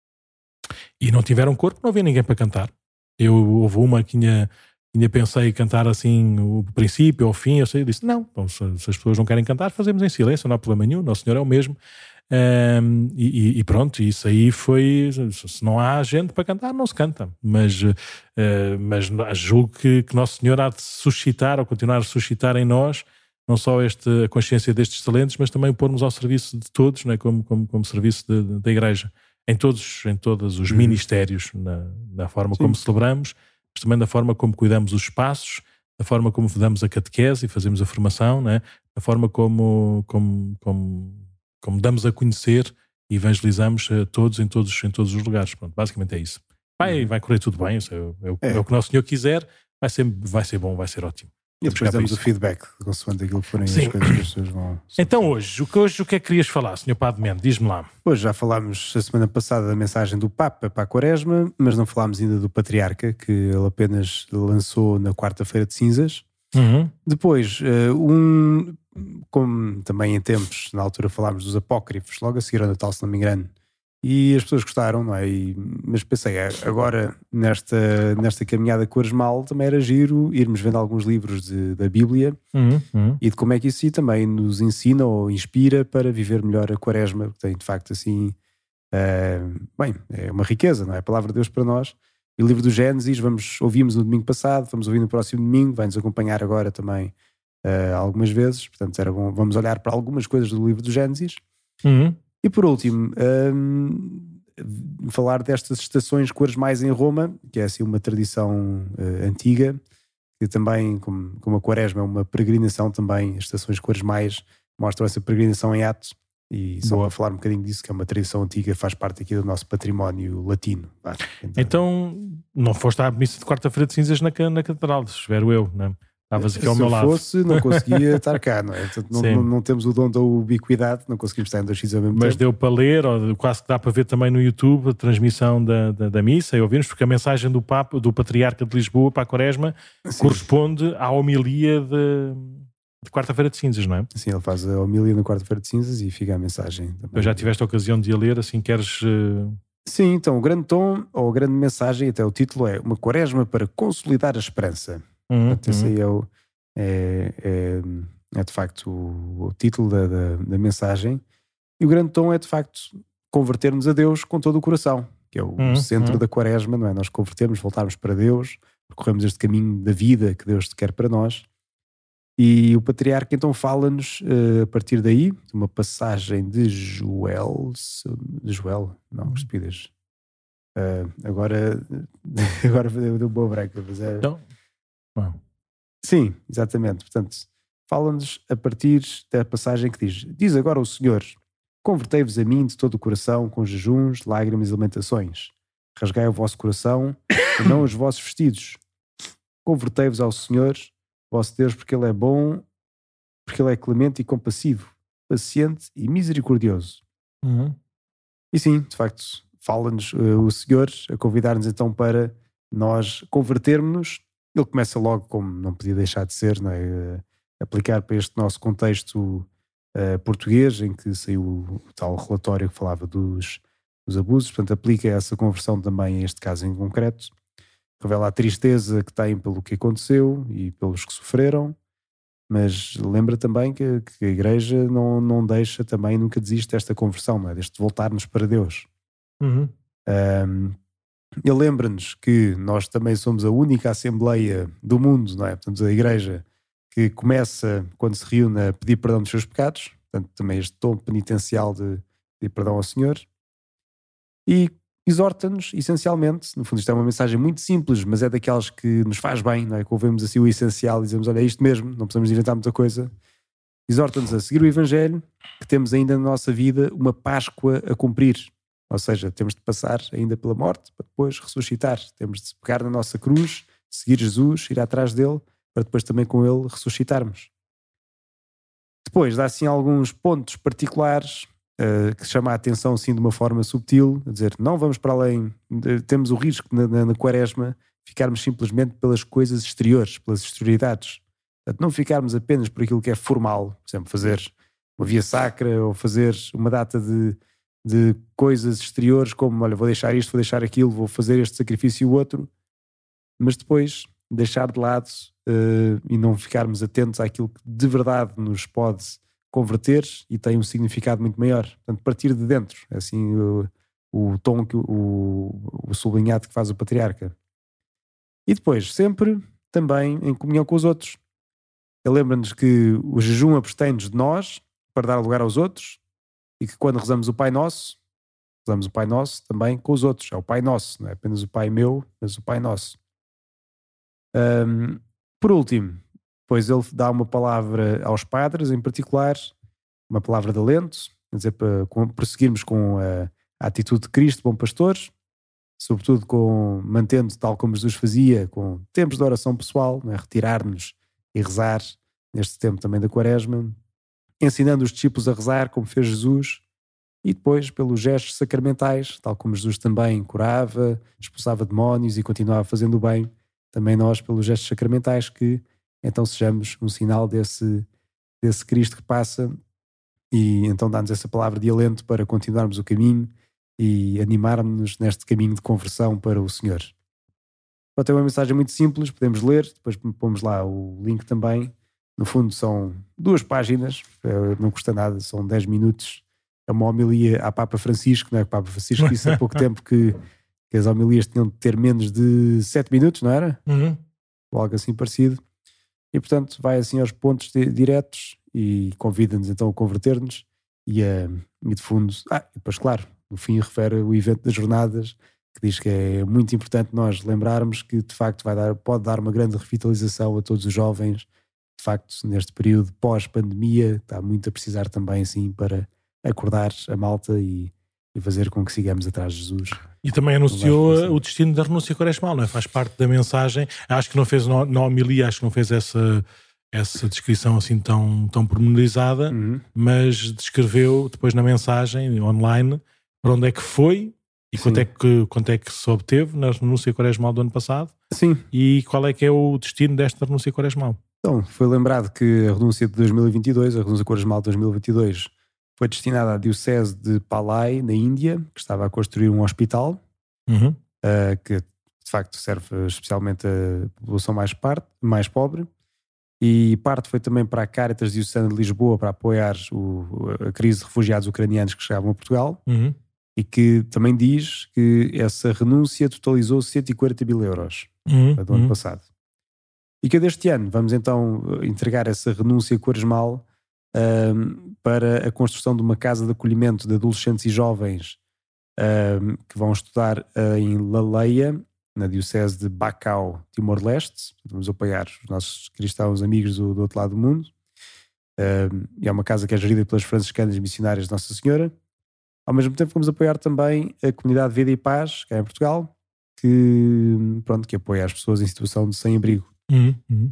E não tiveram coro porque não havia ninguém para cantar. Eu houve uma que ainda, ainda pensei cantar assim o princípio ou o fim, eu, sei, eu disse não, então, se, se as pessoas não querem cantar, fazemos em silêncio, não há problema nenhum, Nosso Senhor é o mesmo. Um, e, e pronto, isso aí foi, se não há gente para cantar, não se canta, mas, uh, mas julgo que, que Nosso Senhor há de suscitar ou continuar a suscitar em nós não só esta, a consciência destes talentos, mas também pormos ao serviço de todos, né, como, como, como serviço da Igreja. Em todos, em todos os uhum. ministérios, na, na forma Sim. como celebramos, mas também da forma como cuidamos os espaços, da forma como damos a catequese e fazemos a formação, né? Da forma como, como, como como damos a conhecer e evangelizamos a todos em todos, em todos os lugares. Pronto, basicamente é isso. Vai, vai correr tudo bem, isso é, é, o, é. é o que o Nosso Senhor quiser, vai ser, vai ser bom, vai ser ótimo. E depois damos o feedback, consoante aquilo que forem Sim. as coisas que as pessoas vão... Então hoje, o que, hoje, o que é que querias falar, senhor Padre Mendo? Diz-me lá. Hoje já falámos a semana passada da mensagem do Papa para a Quaresma, mas não falámos ainda do Patriarca, que ele apenas lançou na quarta-feira de cinzas. Uhum. Depois, um, como também em tempos, na altura falámos dos apócrifos, logo a seguir ao Natal, se não me engano, e as pessoas gostaram, não é? E, mas pensei, agora nesta, nesta caminhada quaresmal também era giro irmos vendo alguns livros de, da Bíblia uhum, uhum. e de como é que isso também nos ensina ou inspira para viver melhor a Quaresma, porque tem de facto assim, uh, bem, é uma riqueza, não é? A palavra de Deus para nós. E o livro do Gênesis, vamos, ouvimos no domingo passado, vamos ouvir no próximo domingo, vai-nos acompanhar agora também uh, algumas vezes, portanto era bom, vamos olhar para algumas coisas do livro do Gênesis. Uhum. E por último, um, falar destas estações quaresmais em Roma, que é assim uma tradição uh, antiga, que também, como, como a Quaresma é uma peregrinação também, as estações quaresmais mostram essa peregrinação em ato, e só Boa. Para falar um bocadinho disso, que é uma tradição antiga, faz parte aqui do nosso património latino. Ah, então, então, não foste à missa de quarta-feira de cinzas na, na catedral, espero eu, não é? Estavas aqui ao Se meu lado. Se fosse, não conseguia estar cá, não é? Portanto, não, não, não temos o dom da ubiquidade, não conseguimos estar em dois sítios ao mesmo Mas tempo. deu para ler, ou quase que dá para ver também no YouTube a transmissão da, da, da missa e ouvirmos, porque a mensagem do Papa, do Patriarca de Lisboa para a Quaresma Sim. corresponde à homilia de, de quarta-feira de cinzas, não é? Sim, ele faz a homilia na quarta-feira de cinzas e fica a mensagem. Eu já tiveste a ocasião de a ler, assim queres... Uh... Sim, então o grande tom, ou a grande mensagem, até o título é Uma Quaresma para consolidar a esperança. Uhum, Portanto, esse uhum. aí é o... É, é, é de facto o, o título da, da, da mensagem, e o grande tom é de facto converter-nos a Deus com todo o coração, que é o, uhum, o centro uhum. da Quaresma, não é? Nós convertermos, voltarmos para Deus, percorremos este caminho da vida que Deus quer para nós. E o Patriarca então fala-nos uh, a partir daí, de uma passagem de Joel, de Joel, não, estupidez. Uh, agora, agora deu boa branca, mas é... Então, wow. Sim, exatamente. Portanto, fala-nos a partir da passagem que diz: Diz agora o Senhor, convertei-vos a mim de todo o coração, com jejuns, lágrimas e lamentações. Rasgai o vosso coração e não os vossos vestidos. Convertei-vos ao Senhor, vosso Deus, porque Ele é bom, porque Ele é clemente e compassivo, paciente e misericordioso. Uhum. E sim, de facto, fala-nos uh, o Senhor a convidar-nos então para nós convertermos-nos. Ele começa logo, como não podia deixar de ser, não é? Uh, aplicar para este nosso contexto uh, português, em que saiu o tal relatório que falava dos, dos abusos, portanto aplica essa conversão também a este caso em concreto. Revela a tristeza que têm pelo que aconteceu e pelos que sofreram, mas lembra também que, que a Igreja não, não deixa também, nunca desiste desta conversão, não é? Deste voltar-nos para Deus. Uhum. Um, ele lembra-nos que nós também somos a única Assembleia do mundo, não é? Portanto, a Igreja que começa, quando se reúne, a pedir perdão dos seus pecados, portanto, também este tom penitencial de pedir perdão ao Senhor, e exorta-nos, essencialmente, no fundo isto é uma mensagem muito simples, mas é daquelas que nos faz bem, não é? Que ouvemos assim o essencial e dizemos, olha, é isto mesmo, não precisamos inventar muita coisa. Exorta-nos a seguir o Evangelho, que temos ainda na nossa vida uma Páscoa a cumprir. Ou seja, temos de passar ainda pela morte para depois ressuscitar. Temos de pegar na nossa cruz, seguir Jesus, ir atrás dele, para depois também com ele ressuscitarmos. Depois dá assim alguns pontos particulares uh, que chamam a atenção assim de uma forma subtil, a dizer, não vamos para além, temos o risco na, na, na Quaresma ficarmos simplesmente pelas coisas exteriores, pelas exterioridades. Portanto, não ficarmos apenas por aquilo que é formal, por exemplo, fazer uma via sacra ou fazer uma data de de coisas exteriores como, olha, vou deixar isto, vou deixar aquilo, vou fazer este sacrifício e o outro, mas depois deixar de lado uh, e não ficarmos atentos àquilo que de verdade nos pode converter e tem um significado muito maior. Portanto, partir de dentro, é assim o, o tom, que, o, o sublinhado que faz o Patriarca. E depois, sempre também em comunhão com os outros. Ele lembra-nos que o jejum abstém-nos de nós para dar lugar aos outros, e que quando rezamos o Pai Nosso, rezamos o Pai Nosso também com os outros. É o Pai Nosso, não é apenas o Pai meu, mas o Pai Nosso. Um, por último, depois ele dá uma palavra aos padres, em particular, uma palavra de alento, quer dizer, para prosseguirmos com a, a atitude de Cristo, bom pastor, sobretudo com, mantendo, tal como Jesus fazia, com tempos de oração pessoal, não é? Retirar-nos e rezar neste tempo também da Quaresma, ensinando os discípulos a rezar como fez Jesus, e depois pelos gestos sacramentais, tal como Jesus também curava, expulsava demónios e continuava fazendo o bem, também nós pelos gestos sacramentais, que então sejamos um sinal desse, desse Cristo que passa, e então dá-nos essa palavra de alento para continuarmos o caminho e animarmos-nos neste caminho de conversão para o Senhor. Pode ter uma mensagem muito simples, podemos ler, depois pomos lá o link também. No fundo são duas páginas, não custa nada, são dez minutos. É uma homilia à Papa Francisco, não é? O Papa Francisco disse há pouco tempo que, que as homilias tinham de ter menos de sete minutos, não era? Uhum. Ou algo assim parecido. E portanto vai assim aos pontos de, diretos e convida-nos então a converter-nos e, a, e de fundo, ah, e depois claro, no fim refere o evento das jornadas, que diz que é muito importante nós lembrarmos que de facto vai dar, pode dar uma grande revitalização a todos os jovens, de facto neste período pós-pandemia está muito a precisar também assim para acordar a malta e, e fazer com que sigamos atrás de Jesus. E também anunciou o destino da renúncia quaresmal, não é? Faz parte da mensagem, acho que não fez na homilia, acho que não fez essa, essa descrição assim tão, tão pormenorizada, uhum. mas descreveu depois na mensagem online para onde é que foi e quanto é que, quanto é que se obteve na renúncia quaresmal do ano passado. Sim. E qual é que é o destino desta renúncia quaresmal. Então, foi lembrado que a renúncia de dois mil e vinte e dois, a renúncia quaresmal de dois mil e vinte e dois, foi destinada à Diocese de Palai, na Índia, que estava a construir um hospital, uhum. uh, que de facto serve especialmente a população mais, parte, mais pobre. E parte foi também para a Caritas Diocesana de Lisboa para apoiar o, a crise de refugiados ucranianos que chegavam a Portugal. Uhum. E que também diz que essa renúncia totalizou cento e quarenta mil euros uhum. do uhum. ano passado. E que deste ano vamos então entregar essa renúncia quaresmal um, para a construção de uma casa de acolhimento de adolescentes e jovens um, que vão estudar uh, em Laleia, na Diocese de Bacau, Timor-Leste. Vamos apoiar os nossos cristãos amigos do, do outro lado do mundo. Um, e é uma casa que é gerida pelas franciscanas missionárias de Nossa Senhora. Ao mesmo tempo vamos apoiar também a comunidade Vida e Paz, que é em Portugal, que, pronto, que apoia as pessoas em situação de sem-abrigo. Uhum, uhum.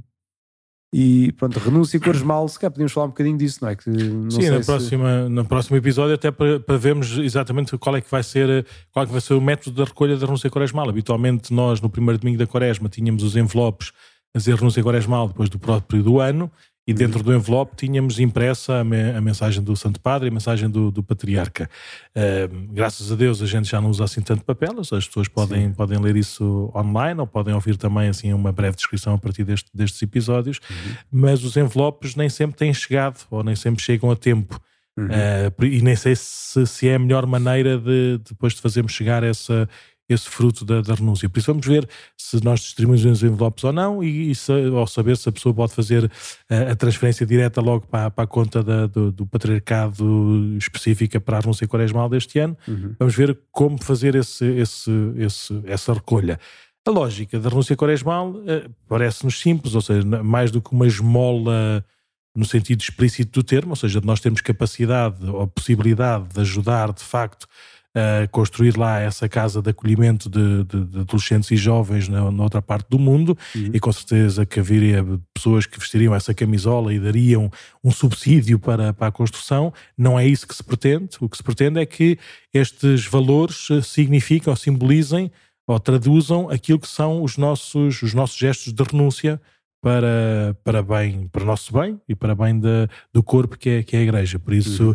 E pronto, renúncia quaresmal, se calhar podíamos falar um bocadinho disso, não é? Que não Sim, sei na se... próxima, no próximo episódio até para, para vermos exatamente qual é que vai ser qual é que vai ser o método da recolha da renúncia quaresmal. Habitualmente nós no primeiro domingo da quaresma tínhamos os envelopes a dizer renúncia quaresmal depois do próprio do ano e dentro do envelope tínhamos impressa a, me, a mensagem do Santo Padre e a mensagem do, do Patriarca. Uh, graças a Deus a gente já não usa assim tanto papel, as pessoas podem, podem ler isso online ou podem ouvir também assim uma breve descrição a partir deste, destes episódios, uhum. mas os envelopes nem sempre têm chegado ou nem sempre chegam a tempo. Uhum. Uh, e nem sei se, se é a melhor maneira de depois de fazermos chegar essa esse fruto da, da renúncia. Por isso vamos ver se nós distribuímos os envelopes ou não e, e se, ou saber se a pessoa pode fazer a, a transferência direta logo para, para a conta da, do, do patriarcado específica para a renúncia quaresmal deste ano. Uhum. Vamos ver como fazer esse, esse, esse, essa recolha. A lógica da renúncia quaresmal uh, parece-nos simples, ou seja, mais do que uma esmola no sentido explícito do termo, ou seja, de nós termos capacidade ou possibilidade de ajudar de facto a construir lá essa casa de acolhimento de, de, de adolescentes e jovens na, na outra parte do mundo, uhum. e com certeza que haveria pessoas que vestiriam essa camisola e dariam um subsídio para, para a construção. Não é isso que se pretende. O que se pretende é que estes valores significam ou simbolizem ou traduzam aquilo que são os nossos, os nossos gestos de renúncia para, para, bem, para o nosso bem e para bem da, do corpo que é, que é a Igreja. Por isso,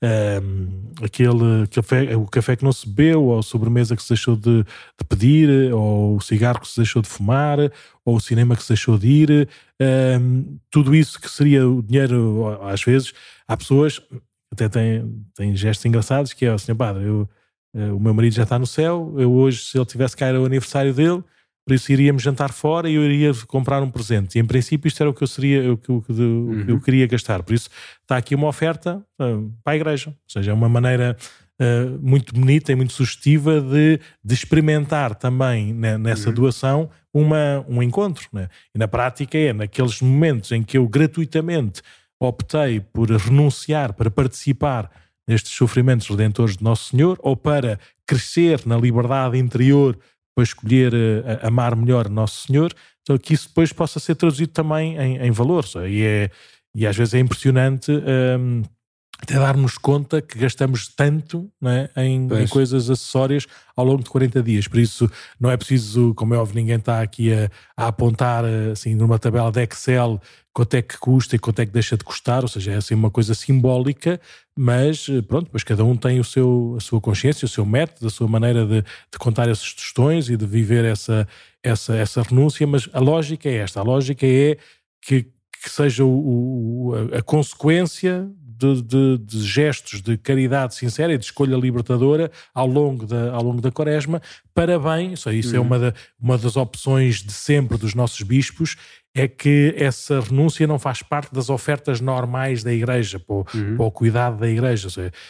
uhum. um, aquele café, o café que não se bebeu, ou a sobremesa que se deixou de, de pedir, ou o cigarro que se deixou de fumar, ou o cinema que se deixou de ir, um, tudo isso que seria o dinheiro, às vezes, há pessoas, até têm, têm gestos engraçados, que é o senhor Padre, eu, o meu marido já está no céu, eu hoje, se ele tivesse cá era o aniversário dele, por isso iríamos jantar fora e eu iria comprar um presente. E em princípio isto era o que eu, seria, o que eu, uhum. eu queria gastar. Por isso está aqui uma oferta uh, para a Igreja. Ou seja, é uma maneira uh, muito bonita e muito sugestiva de, de experimentar também, né, nessa uhum. doação uma, um encontro. Né? E na prática é naqueles momentos em que eu gratuitamente optei por renunciar para participar nestes sofrimentos redentores de Nosso Senhor, ou para crescer na liberdade interior, para escolher uh, amar melhor Nosso Senhor, então que isso depois possa ser traduzido também em, em valores. E, é, e às vezes é impressionante um, até darmos conta que gastamos tanto, não é, em, em coisas acessórias ao longo de quarenta dias. Por isso não é preciso, como é óbvio, ninguém está aqui a, a apontar assim numa tabela de Excel quanto é que custa e quanto é que deixa de custar, ou seja, é assim uma coisa simbólica, mas pronto, pois cada um tem o seu, a sua consciência, o seu método, a sua maneira de, de contar essas questões e de viver essa, essa, essa renúncia, mas a lógica é esta, a lógica é que, que seja o, o, a, a consequência de, de, de gestos de caridade sincera e de escolha libertadora ao longo da, ao longo da Quaresma, para bem, isso, isso uhum. é uma, da, uma das opções de sempre dos nossos bispos, é que essa renúncia não faz parte das ofertas normais da Igreja, para o, uhum. para o cuidado da Igreja. Ou seja,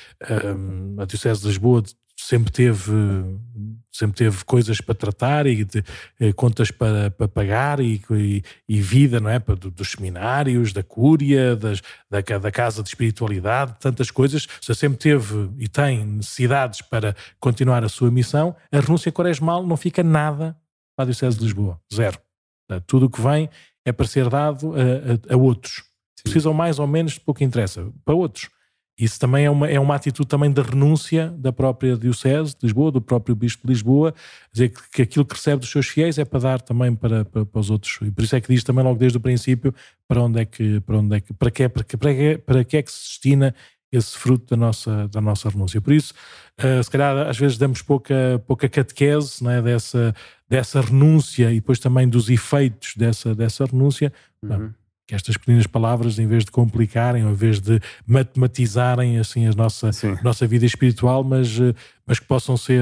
a Diocese de Lisboa sempre teve, sempre teve coisas para tratar e de, contas para, para pagar e, e, e vida, não é? Para, dos seminários, da cúria, das, da, da casa de espiritualidade, tantas coisas. Ou seja, sempre teve e tem necessidades para continuar a sua missão. A renúncia quaresmal não fica nada para a Diocese de Lisboa. Zero. Tudo o que vem é para ser dado a, a, a outros. Sim. Precisam mais ou menos, pouco interessa, para outros. Isso também é uma, é uma atitude também da renúncia da própria Diocese de Lisboa, do próprio Bispo de Lisboa, dizer que, que aquilo que recebe dos seus fiéis é para dar também para, para, para os outros. E por isso é que diz também logo desde o princípio para onde é que, para onde é que, para que, para que, para que, para que é que se destina esse fruto da nossa, da nossa renúncia. Por isso, uh, se calhar às vezes damos pouca, pouca catequese, não é, dessa, dessa renúncia e depois também dos efeitos dessa, dessa renúncia. Uhum. Não, que estas pequenas palavras, em vez de complicarem, ou em vez de matematizarem assim a nossa, nossa vida espiritual, mas, mas que possam ser,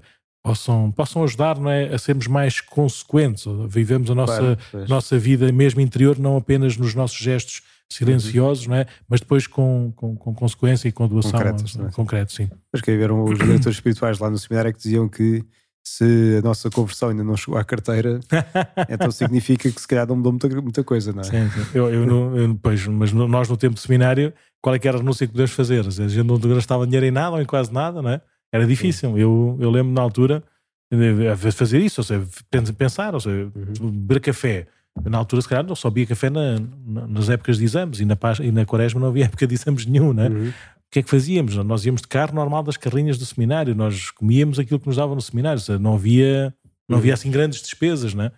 possam, possam ajudar, não é, a sermos mais consequentes, vivemos a nossa, claro, nossa vida mesmo interior, não apenas nos nossos gestos silenciosos, uhum. não é? Mas depois com, com, com consequência e com doação concreta, concreto, sim. Mas que haveram os diretores espirituais lá no seminário que diziam que se a nossa conversão ainda não chegou à carteira, então significa que se calhar não mudou muita, muita coisa, não é? Sim, sim. Eu, eu, não, eu pois, mas nós no tempo de seminário, qual é que era a renúncia que podemos fazer? A gente não gastava dinheiro em nada ou em quase nada, não é? Era difícil. Eu, eu lembro na altura de fazer isso, ou seja, pensar, ou seja, uhum. beber café. Na altura, se calhar, não só bebia café na, na, nas épocas de exames, e na, e na Quaresma não havia época de exames nenhum, não é? Uhum. O que é que fazíamos? Nós íamos de carro normal das carrinhas do seminário, nós comíamos aquilo que nos davam no seminário, não havia, não havia assim grandes despesas, não é?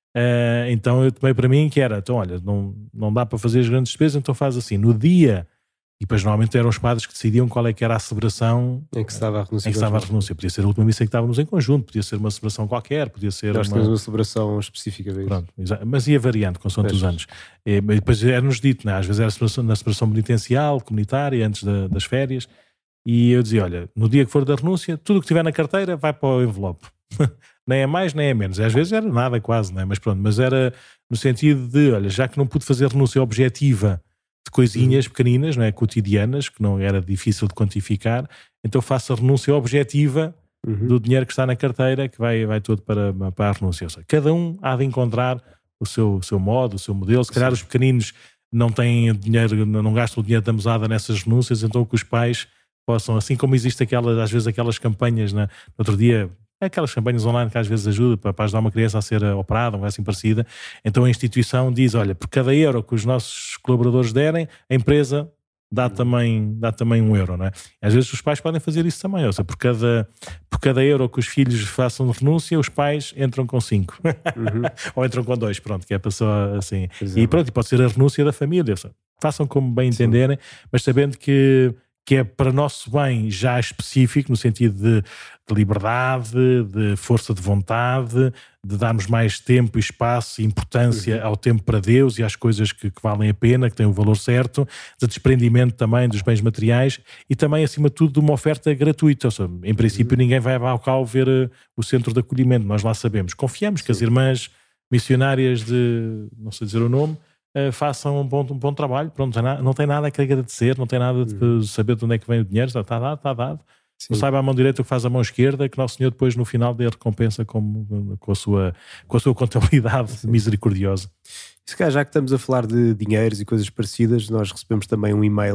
Uh, então eu tomei para mim que era, então olha, não, não dá para fazer as grandes despesas, então faz assim, no dia, e depois normalmente eram os padres que decidiam qual é que era a celebração em que estava a renúncia. Em que estava a renúncia. Podia ser a última missa em que estávamos em conjunto, podia ser uma celebração qualquer, podia ser nós uma... temos uma celebração específica disso. Pronto, mas ia variando consoante os anos. E depois era-nos dito, né? Às vezes era na celebração penitencial, comunitária, antes da, das férias, e eu dizia, olha, no dia que for da renúncia, tudo o que tiver na carteira vai para o envelope. Nem é mais, nem é menos. Às vezes era nada quase, né? Mas pronto, mas era no sentido de, olha, já que não pude fazer renúncia objetiva de coisinhas uhum. pequeninas, não é? Cotidianas, que não era difícil de quantificar, então faço a renúncia objetiva uhum. do dinheiro que está na carteira, que vai, vai todo para, para a renúncia. Ou seja, cada um há de encontrar o seu, o seu modo, o seu modelo. Se calhar Sim. os pequeninos não têm dinheiro, não gastam o dinheiro da mesada nessas renúncias, então que os pais possam, assim como existe aquelas, às vezes aquelas campanhas, né? No outro dia, aquelas campanhas online que às vezes ajudam para, para ajudar uma criança a ser operada, uma coisa assim parecida, então a instituição diz, olha, por cada euro que os nossos colaboradores derem, a empresa dá também, dá também um euro, não é? Às vezes os pais podem fazer isso também, ou seja, por cada, por cada euro que os filhos façam de renúncia, os pais entram com cinco. Uhum. Ou entram com dois, pronto, que é a pessoa assim. Exato. E pronto, e pode ser a renúncia da família, seja, façam como bem entenderem, Sim. mas sabendo que que é para nosso bem já específico, no sentido de, de liberdade, de força de vontade, de darmos mais tempo e espaço e importância uhum. ao tempo para Deus e às coisas que, que valem a pena, que têm o valor certo, de desprendimento também dos bens materiais e também, acima de tudo, de uma oferta gratuita. Ou seja, em princípio, uhum. ninguém vai ao cal ver uh, o centro de acolhimento, nós lá sabemos. Confiamos Sim. que as irmãs missionárias de, não sei dizer o nome, Uh, façam um bom, um bom trabalho, pronto, não tem, nada, não tem nada a que agradecer, não tem nada de uhum. saber de onde é que vem o dinheiro, está, está dado, está dado. Sim. Não saiba a mão direita o que faz a mão esquerda, que Nosso Senhor depois no final dê a recompensa com, com, a, sua, com a sua contabilidade Sim. misericordiosa. E se calhar, já que estamos a falar de dinheiros e coisas parecidas, nós recebemos também um e-mail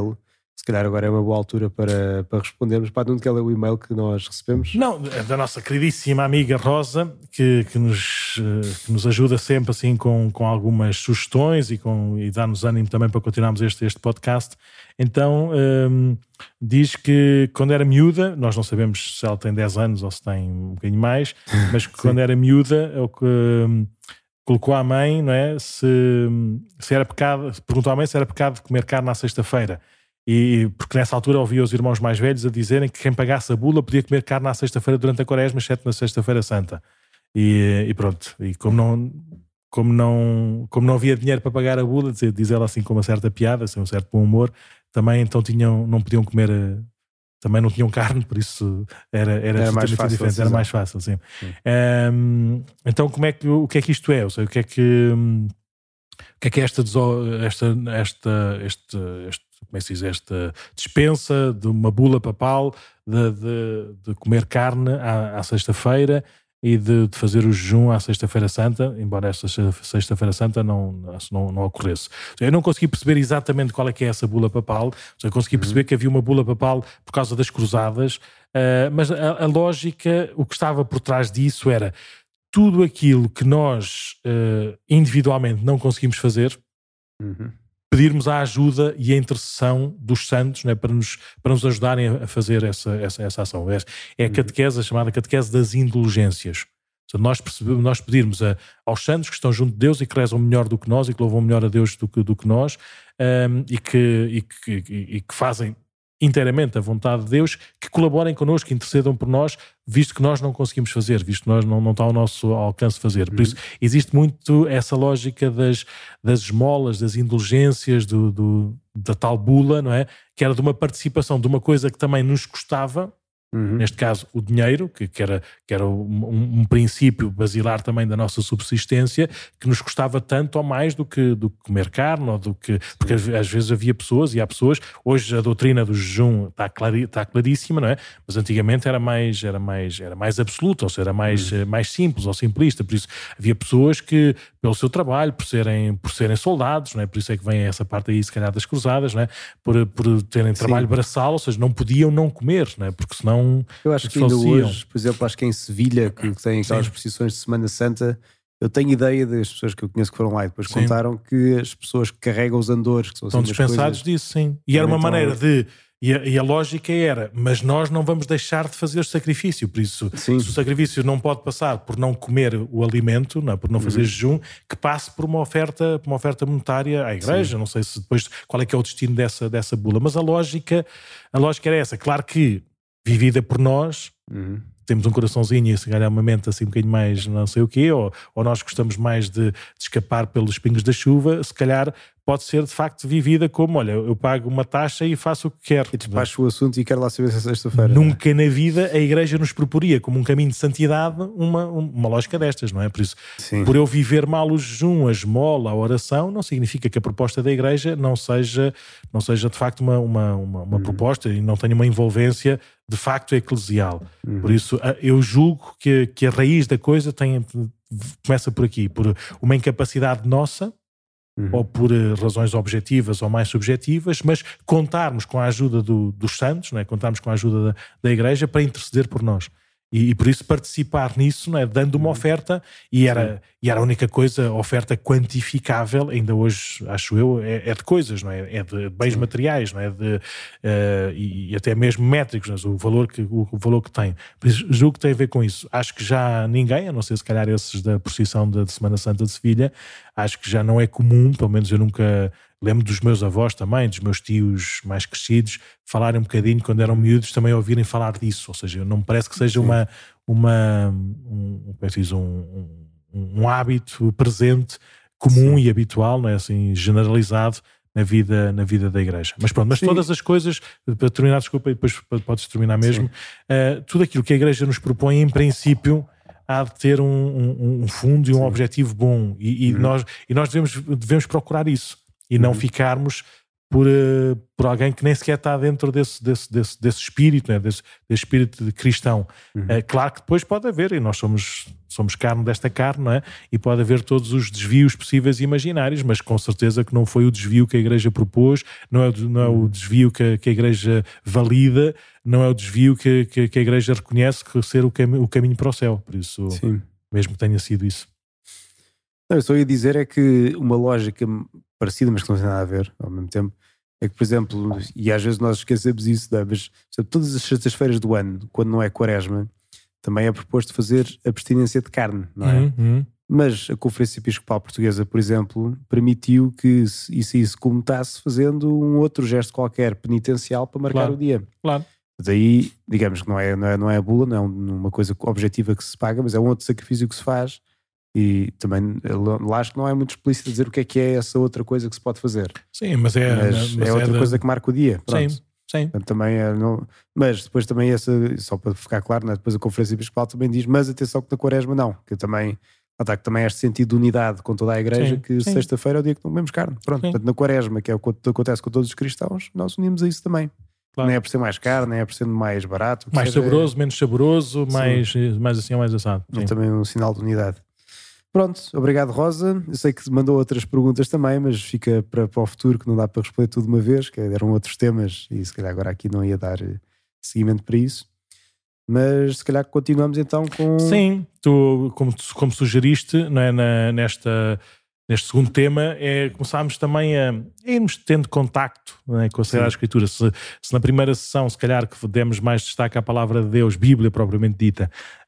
Se calhar agora é uma boa altura para, para respondermos. Para onde que é o e-mail que nós recebemos? Não, é da nossa queridíssima amiga Rosa, que, que, nos, que nos ajuda sempre assim com, com algumas sugestões e, com, e dá-nos ânimo também para continuarmos este, este podcast. Então, um, diz que quando era miúda, nós não sabemos se ela tem dez anos ou se tem um bocadinho mais, mas que quando era miúda, é o que... Um, colocou à mãe, não é? Se, se era pecado, perguntou à mãe se era pecado comer carne à sexta-feira. E porque nessa altura ouvia os irmãos mais velhos a dizerem que quem pagasse a bula podia comer carne à sexta-feira durante a quaresma, exceto na sexta-feira santa. E, e pronto, e como não, como, não, como não havia dinheiro para pagar a bula, diz, diz ela assim com uma certa piada, assim, um certo bom humor, também então tinham, não podiam comer, também não tinham carne, por isso era, era, era mais fácil, diferente, era mais fácil, sim. Um, então como é que, o que é que isto é? Ou seja, o que é que... O que é que é esta, esta, esta, este, este, como é que se diz, esta dispensa de uma bula papal de, de, de comer carne à, à sexta-feira e de, de fazer o jejum à sexta-feira santa, embora esta sexta-feira santa não, não, não ocorresse. Eu não consegui perceber exatamente qual é que é essa bula papal, eu consegui perceber uhum. que havia uma bula papal por causa das cruzadas, uh, mas a, a lógica, o que estava por trás disso era... tudo aquilo que nós uh, individualmente não conseguimos fazer, uhum. pedirmos a ajuda e a intercessão dos santos, né, para, nos, para nos ajudarem a fazer essa, essa, essa ação. É, é a catequese, a chamada catequese das indulgências. Seja, nós, nós pedirmos a, aos santos que estão junto de Deus e que rezam melhor do que nós e que louvam melhor a Deus do que, do que nós um, e, que, e, que, e, e que fazem inteiramente a vontade de Deus, que colaborem connosco, que intercedam por nós, visto que nós não conseguimos fazer, visto que nós não, não está ao nosso alcance fazer. Por isso, existe muito essa lógica das, das esmolas, das indulgências, do, do, da tal bula, não é? Que era de uma participação de uma coisa que também nos custava, uhum. neste caso o dinheiro, que, que era, que era um, um princípio basilar também da nossa subsistência, que nos custava tanto ou mais do que, do que comer carne, ou do que, porque às vezes havia pessoas, e há pessoas, hoje a doutrina do jejum está, clari, está claríssima, não é? Mas antigamente era mais, era mais, era mais absoluta, ou seja, era mais, uhum. mais simples ou simplista, por isso havia pessoas que, pelo seu trabalho, por serem, por serem soldados, não é? Por isso é que vem essa parte aí, se calhar, das cruzadas, não é? Por, por terem trabalho Sim. braçal, ou seja, não podiam não comer, não é? Porque senão eu acho que ainda hoje, por exemplo, acho que em Sevilha, que, que tem aquelas Sim. procissões de Semana Santa, eu tenho ideia das pessoas que eu conheço que foram lá e depois sim. contaram que as pessoas que carregam os andores, que são estão dispensados disso, sim. E era uma então, maneira de... E a, e a lógica era, mas nós não vamos deixar de fazer o sacrifício, por isso, sim. se o sacrifício não pode passar por não comer o alimento, não, por não fazer uhum. jejum, que passe por uma oferta, por uma oferta monetária à igreja, sim. não sei se depois qual é que é o destino dessa, dessa bula, mas a lógica, a lógica era essa, claro que vivida por nós, uhum. temos um coraçãozinho e se calhar uma mente assim um bocadinho mais não sei o quê, ou, ou nós gostamos mais de, de escapar pelos pingos da chuva, se calhar pode ser de facto vivida como, olha, eu pago uma taxa e faço o que quero. E despacho o assunto e quero lá saber se é sexta-feira. Nunca é? na vida a igreja nos proporia como um caminho de santidade uma, uma lógica destas, não é? Por isso, Sim. por eu viver mal o jejum, a esmola, a oração, não significa que a proposta da igreja não seja, não seja de facto uma, uma, uma, uma uhum. proposta e não tenha uma envolvência de facto eclesial. Uhum. Por isso, eu julgo que, que a raiz da coisa tem, começa por aqui, por uma incapacidade nossa, Uhum. ou por uh, razões objetivas ou mais subjetivas, mas contarmos com a ajuda do, dos santos, não é? Contarmos com a ajuda da, da igreja para interceder por nós. E, e por isso participar nisso, não é? Dando uma oferta, e era, e era a única coisa, oferta quantificável, ainda hoje, acho eu, é, é de coisas, não é? É de bens Sim. materiais, não é? De, uh, e, e até mesmo métricos, não é? o, valor que, o, o valor que tem. Por isso, julgo que tem a ver com isso. Acho que já ninguém, a não ser se calhar esses da procissão da de Semana Santa de Sevilha, acho que já não é comum, pelo menos eu nunca... Lembro dos meus avós também, dos meus tios mais crescidos, falarem um bocadinho, quando eram miúdos, também ouvirem falar disso. Ou seja, não me parece que seja uma, uma, um, um, um, um hábito presente, comum Sim. e habitual, não é? Assim, generalizado na vida, na vida da igreja. Mas pronto, mas Sim. todas as coisas, para terminar, desculpa, e depois podes terminar mesmo, uh, tudo aquilo que a igreja nos propõe, em princípio, há de ter um, um, um fundo e um Sim. objetivo bom. E, e, uhum. nós, e nós devemos, devemos procurar isso. E não uhum. ficarmos por, uh, por alguém que nem sequer está dentro desse, desse, desse, desse espírito, né? desse, desse espírito de cristão. Uhum. Uh, claro que depois pode haver, e nós somos, somos carne desta carne, não é? E pode haver todos os desvios possíveis e imaginários, mas com certeza que não foi o desvio que a Igreja propôs, não é o, não é o desvio que a, que a Igreja valida, não é o desvio que, que, que a Igreja reconhece que ser o, cam- o caminho para o céu. Por isso, Sim. mesmo que tenha sido isso. Não, eu só ia dizer é que uma lógica parecida, mas que não tem nada a ver ao mesmo tempo, é que, por exemplo, e às vezes nós esquecemos isso, não é? Mas exemplo, todas as sextas-feiras do ano, quando não é quaresma, também é proposto fazer abstinência de carne, não é? Uhum. Mas a Conferência Episcopal Portuguesa, por exemplo, permitiu que isso, isso comutasse fazendo um outro gesto qualquer penitencial para marcar claro. o dia. Claro. Daí, digamos que não é, não é, não é a bula, não é uma coisa objetiva que se paga, mas é um outro sacrifício que se faz. E também lá acho que não é muito explícito dizer o que é que é essa outra coisa que se pode fazer. Sim, mas é, mas mas é outra é coisa da... que marca o dia. Pronto. Sim, sim. Portanto, também é, não... Mas depois também essa, só para ficar claro, né? Depois a Conferência Episcopal também diz, mas atenção que na quaresma não, que também, que também é este sentido de unidade com toda a Igreja, sim, que sim. sexta-feira é o dia que não comemos carne. Pronto, portanto, na quaresma, que é o que acontece com todos os cristãos, nós unimos a isso também. Claro. Nem é por ser mais caro, nem é por ser mais barato. Mais saboroso, é... menos saboroso, mais, mais assim ou mais assado. É também um sinal de unidade. Pronto, obrigado Rosa. Eu sei que mandou outras perguntas também, mas fica para, para o futuro, que não dá para responder tudo de uma vez, que eram outros temas e se calhar agora aqui não ia dar seguimento para isso. Mas se calhar continuamos então com... Sim, tu, como, como sugeriste, não é, na, nesta, neste segundo tema, é, começámos também a, a irmos tendo contacto, não é, com a Sagrada Escritura. Se, se na primeira sessão, se calhar, que demos mais destaque à palavra de Deus, Bíblia propriamente dita,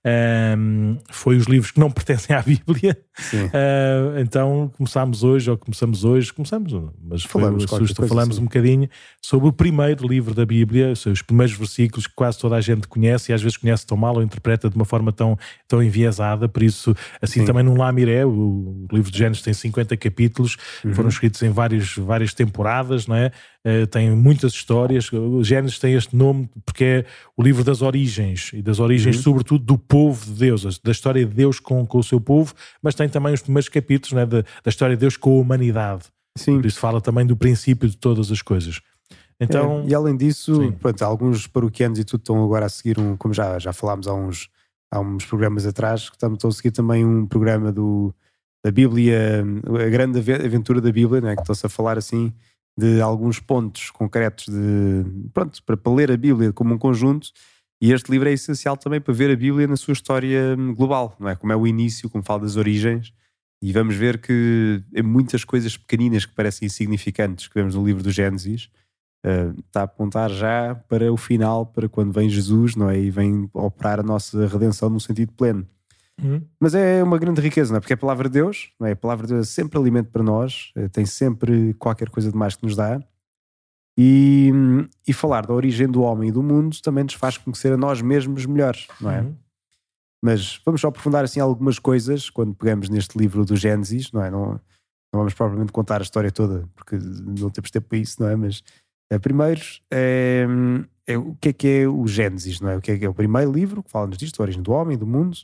Um, foi os livros que não pertencem à Bíblia. Uh, então começámos hoje, ou começamos hoje, começamos, mas falamos, foi o susto, falamos assim. um bocadinho sobre o primeiro livro da Bíblia, os primeiros versículos que quase toda a gente conhece e às vezes conhece tão mal ou interpreta de uma forma tão, tão enviesada. Por isso, assim Sim. também no Lamiré, o, o livro de Gênesis tem cinquenta capítulos, uhum. foram escritos em vários, várias temporadas, não é? Uh, tem muitas histórias. O Gênesis tem este nome porque é o livro das origens, e das origens, uhum. sobretudo, do povo de Deus, da história de Deus com, com o seu povo, mas tem também os primeiros capítulos, né, da, da história de Deus com a humanidade. Sim. Por isso fala também do princípio de todas as coisas. Então, é, e além disso, pronto, alguns paroquianos e tudo estão agora a seguir um, como já, já falámos há uns, há uns programas atrás, que estão a seguir também um programa do, da Bíblia, a grande aventura da Bíblia, né, que estão-se a falar assim de alguns pontos concretos de, pronto, para, para ler a Bíblia como um conjunto. E este livro é essencial também para ver a Bíblia na sua história global, não é? Como é o início, como fala das origens, e vamos ver que em muitas coisas pequeninas que parecem insignificantes que vemos no livro do Gênesis, uh, está a apontar já para o final, para quando vem Jesus, não é? E vem operar a nossa redenção num sentido pleno. Uhum. Mas é uma grande riqueza, não é? Porque é a palavra de Deus, não é? A palavra de Deus é sempre alimento para nós, tem sempre qualquer coisa de mais que nos dá. E, e falar da origem do homem e do mundo também nos faz conhecer a nós mesmos melhores, não é? Uhum. Mas vamos só aprofundar assim algumas coisas quando pegamos neste livro do Gênesis, não é? Não, não vamos propriamente contar a história toda, porque não temos tempo para isso, não é? Mas é, primeiro, é, é, o que é que é o Gênesis, não é? O que é que é o primeiro livro que fala-nos disto, a origem do homem e do mundo.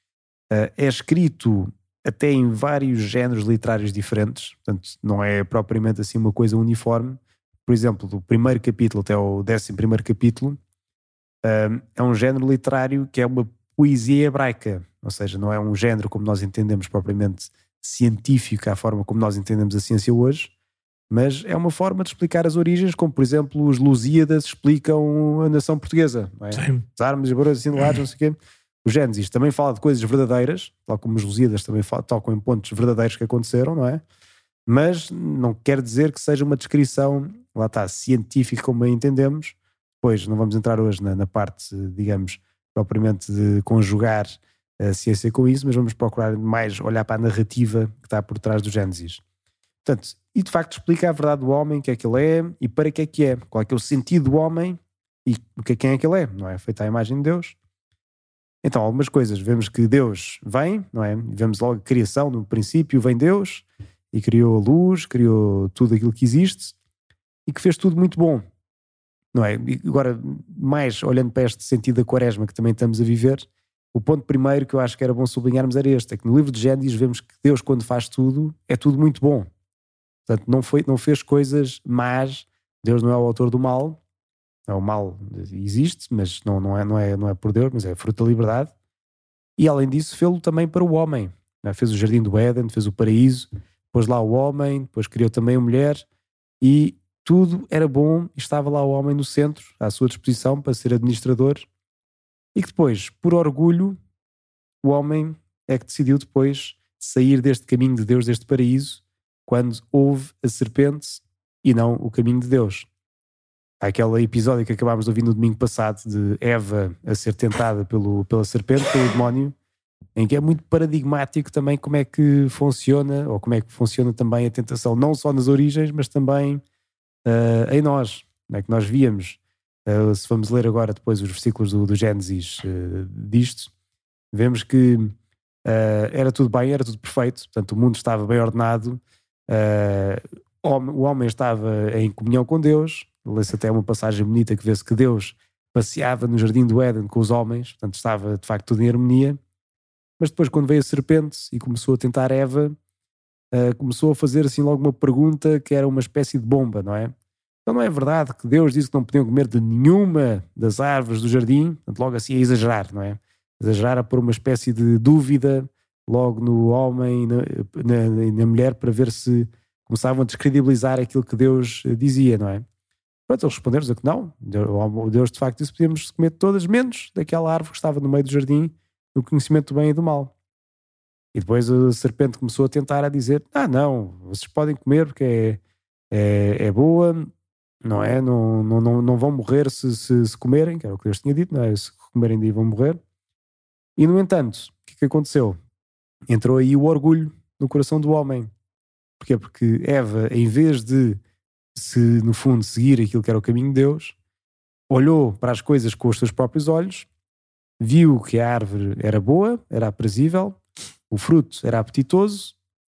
É escrito até em vários géneros literários diferentes, portanto não é propriamente assim uma coisa uniforme. Por exemplo, do primeiro capítulo até o décimo primeiro capítulo, um, é um género literário que é uma poesia hebraica, ou seja, não é um género como nós entendemos propriamente científico, à forma como nós entendemos a ciência hoje, mas é uma forma de explicar as origens, como por exemplo os Lusíadas explicam a nação portuguesa, não é? As armas, os barulhos assinados, não sei o quê. O Gênesis também fala de coisas verdadeiras, tal como os Lusíadas também tocam em pontos verdadeiros que aconteceram, não é? Mas não quer dizer que seja uma descrição, lá está, científica como a entendemos. Pois não vamos entrar hoje na, na parte, digamos, propriamente de conjugar a ciência com isso, mas vamos procurar mais olhar para a narrativa que está por trás do Gênesis. Portanto, e de facto explica a verdade do homem, o que é que ele é e para que é que é, qual é que é o sentido do homem e quem é que ele é, não é? Feito à imagem de Deus. Então, algumas coisas, vemos que Deus vem, não é? Vemos logo a criação, no princípio vem Deus e criou a luz, criou tudo aquilo que existe e que fez tudo muito bom, não é? E agora, mais olhando para este sentido da quaresma que também estamos a viver, o ponto primeiro que eu acho que era bom sublinharmos era este, é que no livro de Gênesis vemos que Deus, quando faz tudo, é tudo muito bom. Portanto, não, foi, não fez coisas más Deus não é o autor do mal. O mal existe, mas não, não, é, não, é, não é por Deus, mas é fruto da liberdade. E além disso, fez-lo também para o homem. Fez o jardim do Éden, fez o paraíso, pôs lá o homem, depois criou também a mulher, e tudo era bom, e estava lá o homem no centro, à sua disposição para ser administrador, e que depois, por orgulho, o homem é que decidiu depois sair deste caminho de Deus, deste paraíso, quando houve a serpente e não o caminho de Deus. Há aquele episódio que acabámos de ouvir no domingo passado de Eva a ser tentada pelo, pela serpente, pelo demónio, em que é muito paradigmático também como é que funciona, ou como é que funciona também a tentação, não só nas origens, mas também uh, em nós, não é? Que nós víamos, uh, se vamos ler agora depois os versículos do, do Gênesis uh, disto, vemos que uh, era tudo bem, era tudo perfeito, portanto o mundo estava bem ordenado, uh, o homem estava em comunhão com Deus. Lê-se até uma passagem bonita que vê-se que Deus passeava no jardim do Éden com os homens, portanto estava de facto tudo em harmonia. Mas depois, quando veio a serpente e começou a tentar Eva, uh, começou a fazer assim logo uma pergunta que era uma espécie de bomba, não é? Então não é verdade que Deus disse que não podiam comer de nenhuma das árvores do jardim? Portanto, logo assim a exagerar, não é? Exagerar a pôr uma espécie de dúvida logo no homem e na, na, na mulher, para ver se começavam a descredibilizar aquilo que Deus dizia, não é? Pronto, eles responderam que não. Deus de facto disse que podíamos comer todas, menos daquela árvore que estava no meio do jardim, do conhecimento do bem e do mal. E depois a serpente começou a tentar a dizer, ah não, vocês podem comer porque é, é, é boa, não é? Não, não, não, não vão morrer se, se, se comerem, que era o que Deus tinha dito, não é? Se comerem daí vão morrer. E no entanto, o que, que aconteceu? Entrou aí o orgulho no coração do homem. Porquê? Porque Eva, em vez de se no fundo seguir aquilo que era o caminho de Deus, olhou para as coisas com os seus próprios olhos, viu que a árvore era boa, era aprazível, o fruto era apetitoso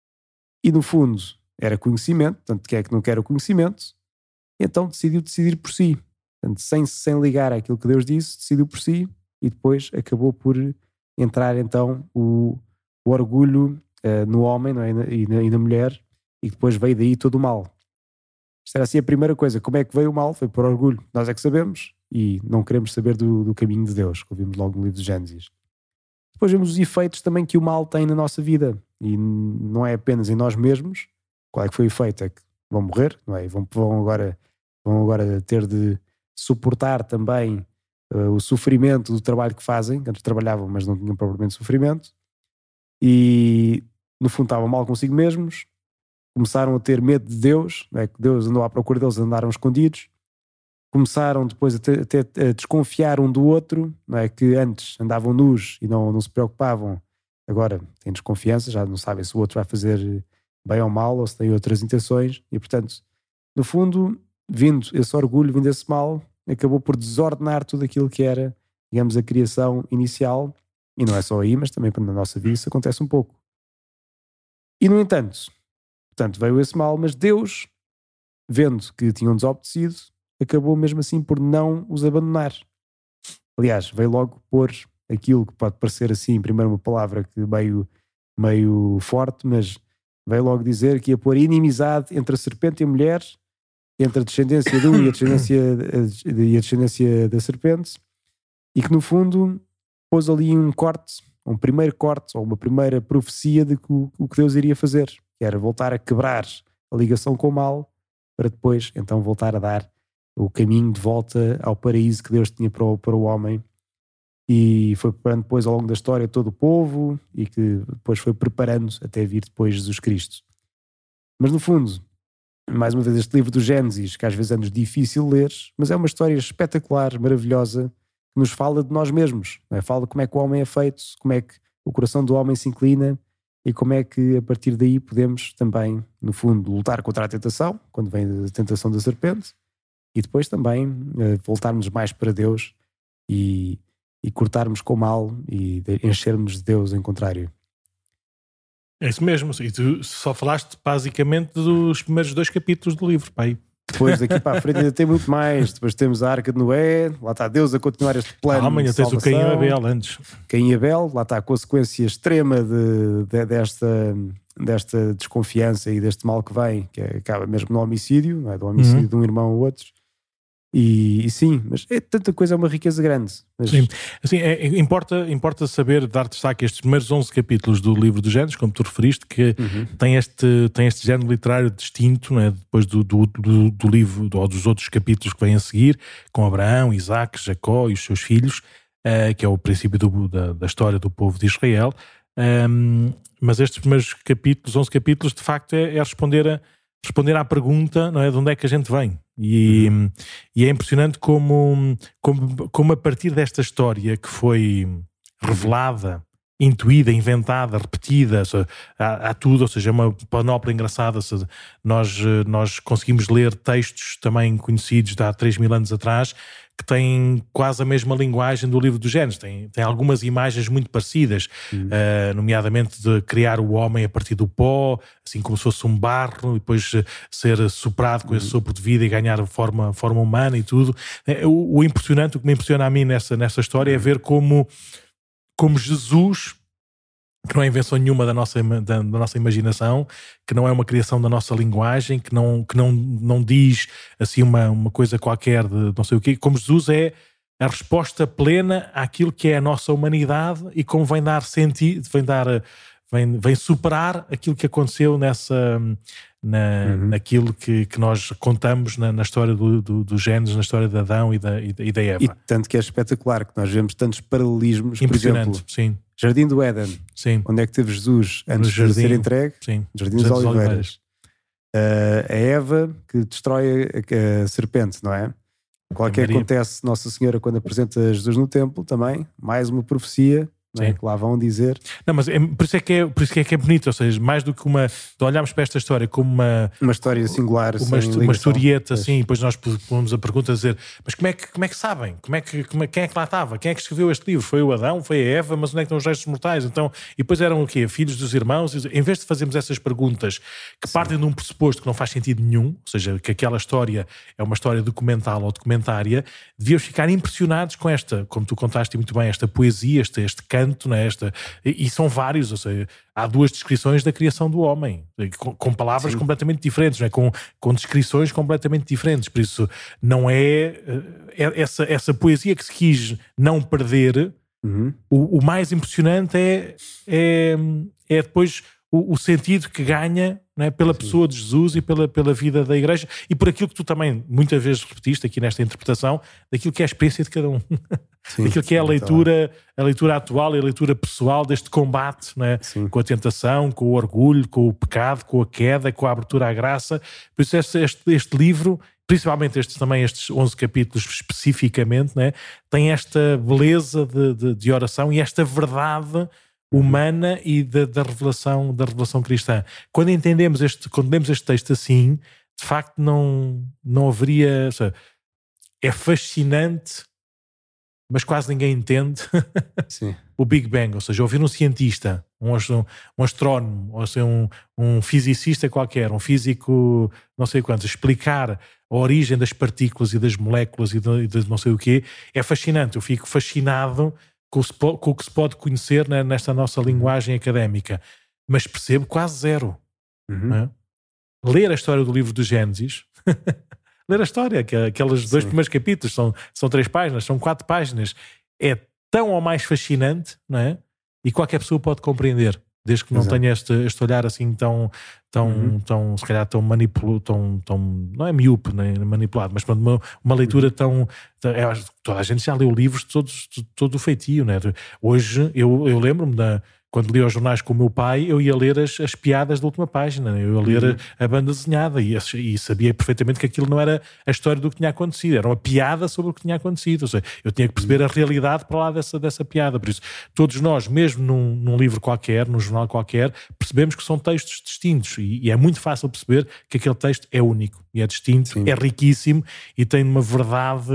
e no fundo era conhecimento, portanto quem é que não quer o conhecimento, então decidiu decidir por si, portanto, sem, sem ligar àquilo que Deus disse, decidiu por si e depois acabou por entrar então o, o orgulho uh, no homem, não é? e, na, e na mulher, e depois veio daí todo o mal. Isto era assim a primeira coisa. Como é que veio o mal? Foi por orgulho. Nós é que sabemos e não queremos saber do, do caminho de Deus, que ouvimos logo no livro de Gênesis. Depois vemos os efeitos também que o mal tem na nossa vida, e não é apenas em nós mesmos. Qual é que foi o efeito? É que vão morrer, não é? Vão, vão, agora, vão agora ter de suportar também uh, o sofrimento do trabalho que fazem. Antes trabalhavam, mas não tinham propriamente sofrimento. E no fundo estavam mal consigo mesmos. Começaram a ter medo de Deus, não é? Que Deus andou à procura deles, andaram escondidos. Começaram depois a, ter, a, ter, a desconfiar um do outro, não é? Que antes andavam nus e não, não se preocupavam, agora têm desconfiança, já não sabem se o outro vai fazer bem ou mal, ou se tem outras intenções, e portanto, no fundo, vindo esse orgulho, vindo esse mal, acabou por desordenar tudo aquilo que era, digamos, a criação inicial, e não é só aí, mas também na nossa vida isso acontece um pouco. E no entanto, portanto, veio esse mal, mas Deus, vendo que tinham desobedecido, acabou mesmo assim por não os abandonar. Aliás, veio logo pôr aquilo que pode parecer assim, primeiro uma palavra que meio, meio forte, mas veio logo dizer que ia pôr inimizade entre a serpente e a mulher, entre a descendência de um e a descendência, e a descendência da serpente, e que no fundo pôs ali um corte, um primeiro corte, ou uma primeira profecia de que o, o que Deus iria fazer, que era voltar a quebrar a ligação com o mal, para depois então voltar a dar o caminho de volta ao paraíso que Deus tinha para o, para o homem, e foi preparando depois ao longo da história todo o povo, e que depois foi preparando até vir depois Jesus Cristo. Mas no fundo, mais uma vez, este livro do Gênesis, que às vezes é-nos difícil ler, mas é uma história espetacular, maravilhosa, que nos fala de nós mesmos, não é? Fala de como é que o homem é feito, como é que o coração do homem se inclina, e como é que a partir daí podemos também, no fundo, lutar contra a tentação, quando vem a tentação da serpente, e depois também uh, voltarmos mais para Deus e, e cortarmos com o mal e enchermos de Deus em contrário. É isso mesmo, e tu só falaste basicamente dos primeiros dois capítulos do livro, pai. Depois daqui para a frente ainda tem muito mais. Depois temos a Arca de Noé, lá está Deus a continuar este plano. Amanhã tens o Caim e Abel antes. Caim e Abel, lá está a consequência extrema de, de, desta, desta desconfiança e deste mal que vem, que é, acaba mesmo no homicídio, não é? Do homicídio uhum. de um irmão ou outro. E, e sim, mas é tanta coisa, é uma riqueza grande. Mas... Sim, assim, é, importa, importa saber dar destaque a estes primeiros onze capítulos do livro dos Gênesis, como tu referiste, que uhum. tem, este, tem este género literário distinto, não é? Depois do, do, do, do livro, ou dos outros capítulos que vêm a seguir, com Abraão, Isaac, Jacó e os seus filhos, uh, que é o princípio do, da, da história do povo de Israel. Um, mas estes primeiros capítulos, onze capítulos, de facto é, é responder, a, responder à pergunta, não é? De onde é que a gente vem. E, uhum. e é impressionante como, como, como a partir desta história que foi revelada, intuída, inventada, repetida, há, há tudo, ou seja, é uma panóplia engraçada. Seja, nós, nós conseguimos ler textos também conhecidos de há três mil anos atrás que têm quase a mesma linguagem do livro dos Gênesis, tem, tem algumas imagens muito parecidas, uhum. uh, nomeadamente de criar o homem a partir do pó, assim como se fosse um barro, e depois ser soprado com uhum. esse sopro de vida e ganhar forma, forma humana e tudo. O, o impressionante, o que me impressiona a mim nessa, nessa história uhum. é ver como, como Jesus, que não é invenção nenhuma da nossa, da, da nossa imaginação, que não é uma criação da nossa linguagem, que não, que não, não diz assim uma, uma coisa qualquer de não sei o quê, como Jesus é a resposta plena àquilo que é a nossa humanidade e como vem dar sentido, vem dar, vem, vem superar aquilo que aconteceu nessa, na, uhum. naquilo que, que nós contamos na, na história do, do, do Gênesis, na história de Adão e da, e da Eva. E tanto que é espetacular que nós vemos tantos paralelismos, por exemplo, sim. Jardim do Éden, sim. onde é que teve Jesus antes jardim, de ser entregue? Sim. Jardim das Oliveiras. Oliveiras. Uh, a Eva que destrói a, a serpente, não é? Qual que acontece Nossa Senhora quando apresenta Jesus no templo também, mais uma profecia, não é? Que lá vão dizer. Não, mas é, por, isso é que é, por isso é que é bonito, ou seja, mais do que uma, de olharmos para esta história como uma uma história singular, uma, uma historieta, assim, e depois nós pomos a pergunta a dizer, mas como é que, como é que sabem? Como é que, como é, quem é que lá estava? Quem é que escreveu este livro? Foi o Adão? Foi a Eva? Mas onde é que estão os restos mortais? Então, e depois eram o quê? Filhos dos irmãos? Em vez de fazermos essas perguntas que Sim. partem de um pressuposto que não faz sentido nenhum, ou seja, que aquela história é uma história documental ou documentária, devíamos ficar impressionados com esta, como tu contaste muito bem, esta poesia, este, este canto, não é? Esta, e, e são vários, ou seja, há duas descrições da criação do homem, com, com palavras Sim. completamente diferentes, não é? com, com descrições completamente diferentes, por isso não é, é essa, essa poesia que se quis não perder, uhum. o, o mais impressionante é, é, é depois o, o sentido que ganha, não é? Pela Sim. pessoa de Jesus e pela, pela vida da Igreja e por aquilo que tu também muitas vezes repetiste aqui nesta interpretação, daquilo que é a experiência de cada um. Sim, daquilo que é a leitura, a leitura atual e a leitura pessoal deste combate, não é? Com a tentação, com o orgulho, com o pecado, com a queda, com a abertura à graça. Por isso este, este, este livro, principalmente estes, também estes onze capítulos especificamente, não é? Tem esta beleza de, de, de oração e esta verdade humana e da, da, revelação, da revelação cristã. Quando entendemos este, quando lemos este texto assim, de facto não, não haveria... Ou seja, é fascinante, mas quase ninguém entende Sim. o Big Bang, ou seja, ouvir um cientista, um, um astrónomo, ou seja, um, um fisicista qualquer, um físico não sei quantos, explicar a origem das partículas e das moléculas e de, de não sei o quê, é fascinante. Eu fico fascinado com o, com o que se pode conhecer, né, nesta nossa linguagem académica, mas percebo quase zero. Uhum. Não é? Ler a história do livro do Gênesis... ler a história, aqueles dois Sim. primeiros capítulos, são, são três páginas, são quatro páginas, é tão ou mais fascinante, não é? E qualquer pessoa pode compreender, desde que não Exato. tenha este, este olhar assim tão, tão, uhum. tão, se calhar tão manipulado, tão, tão, não é miúpe, nem manipulado, mas uma, uma leitura tão, tão é, toda a gente já leu livros de todos, de todo o feitio, não é? Hoje, eu, eu lembro-me da quando lia os jornais com o meu pai, eu ia ler as, as piadas da última página, eu ia ler uhum. a, a banda desenhada e, e sabia perfeitamente que aquilo não era a história do que tinha acontecido, era uma piada sobre o que tinha acontecido, ou seja, eu tinha que perceber a realidade para lá dessa, dessa piada. Por isso, todos nós, mesmo num, num livro qualquer, num jornal qualquer, percebemos que são textos distintos e, e é muito fácil perceber que aquele texto é único e é distinto, Sim. é riquíssimo e tem uma verdade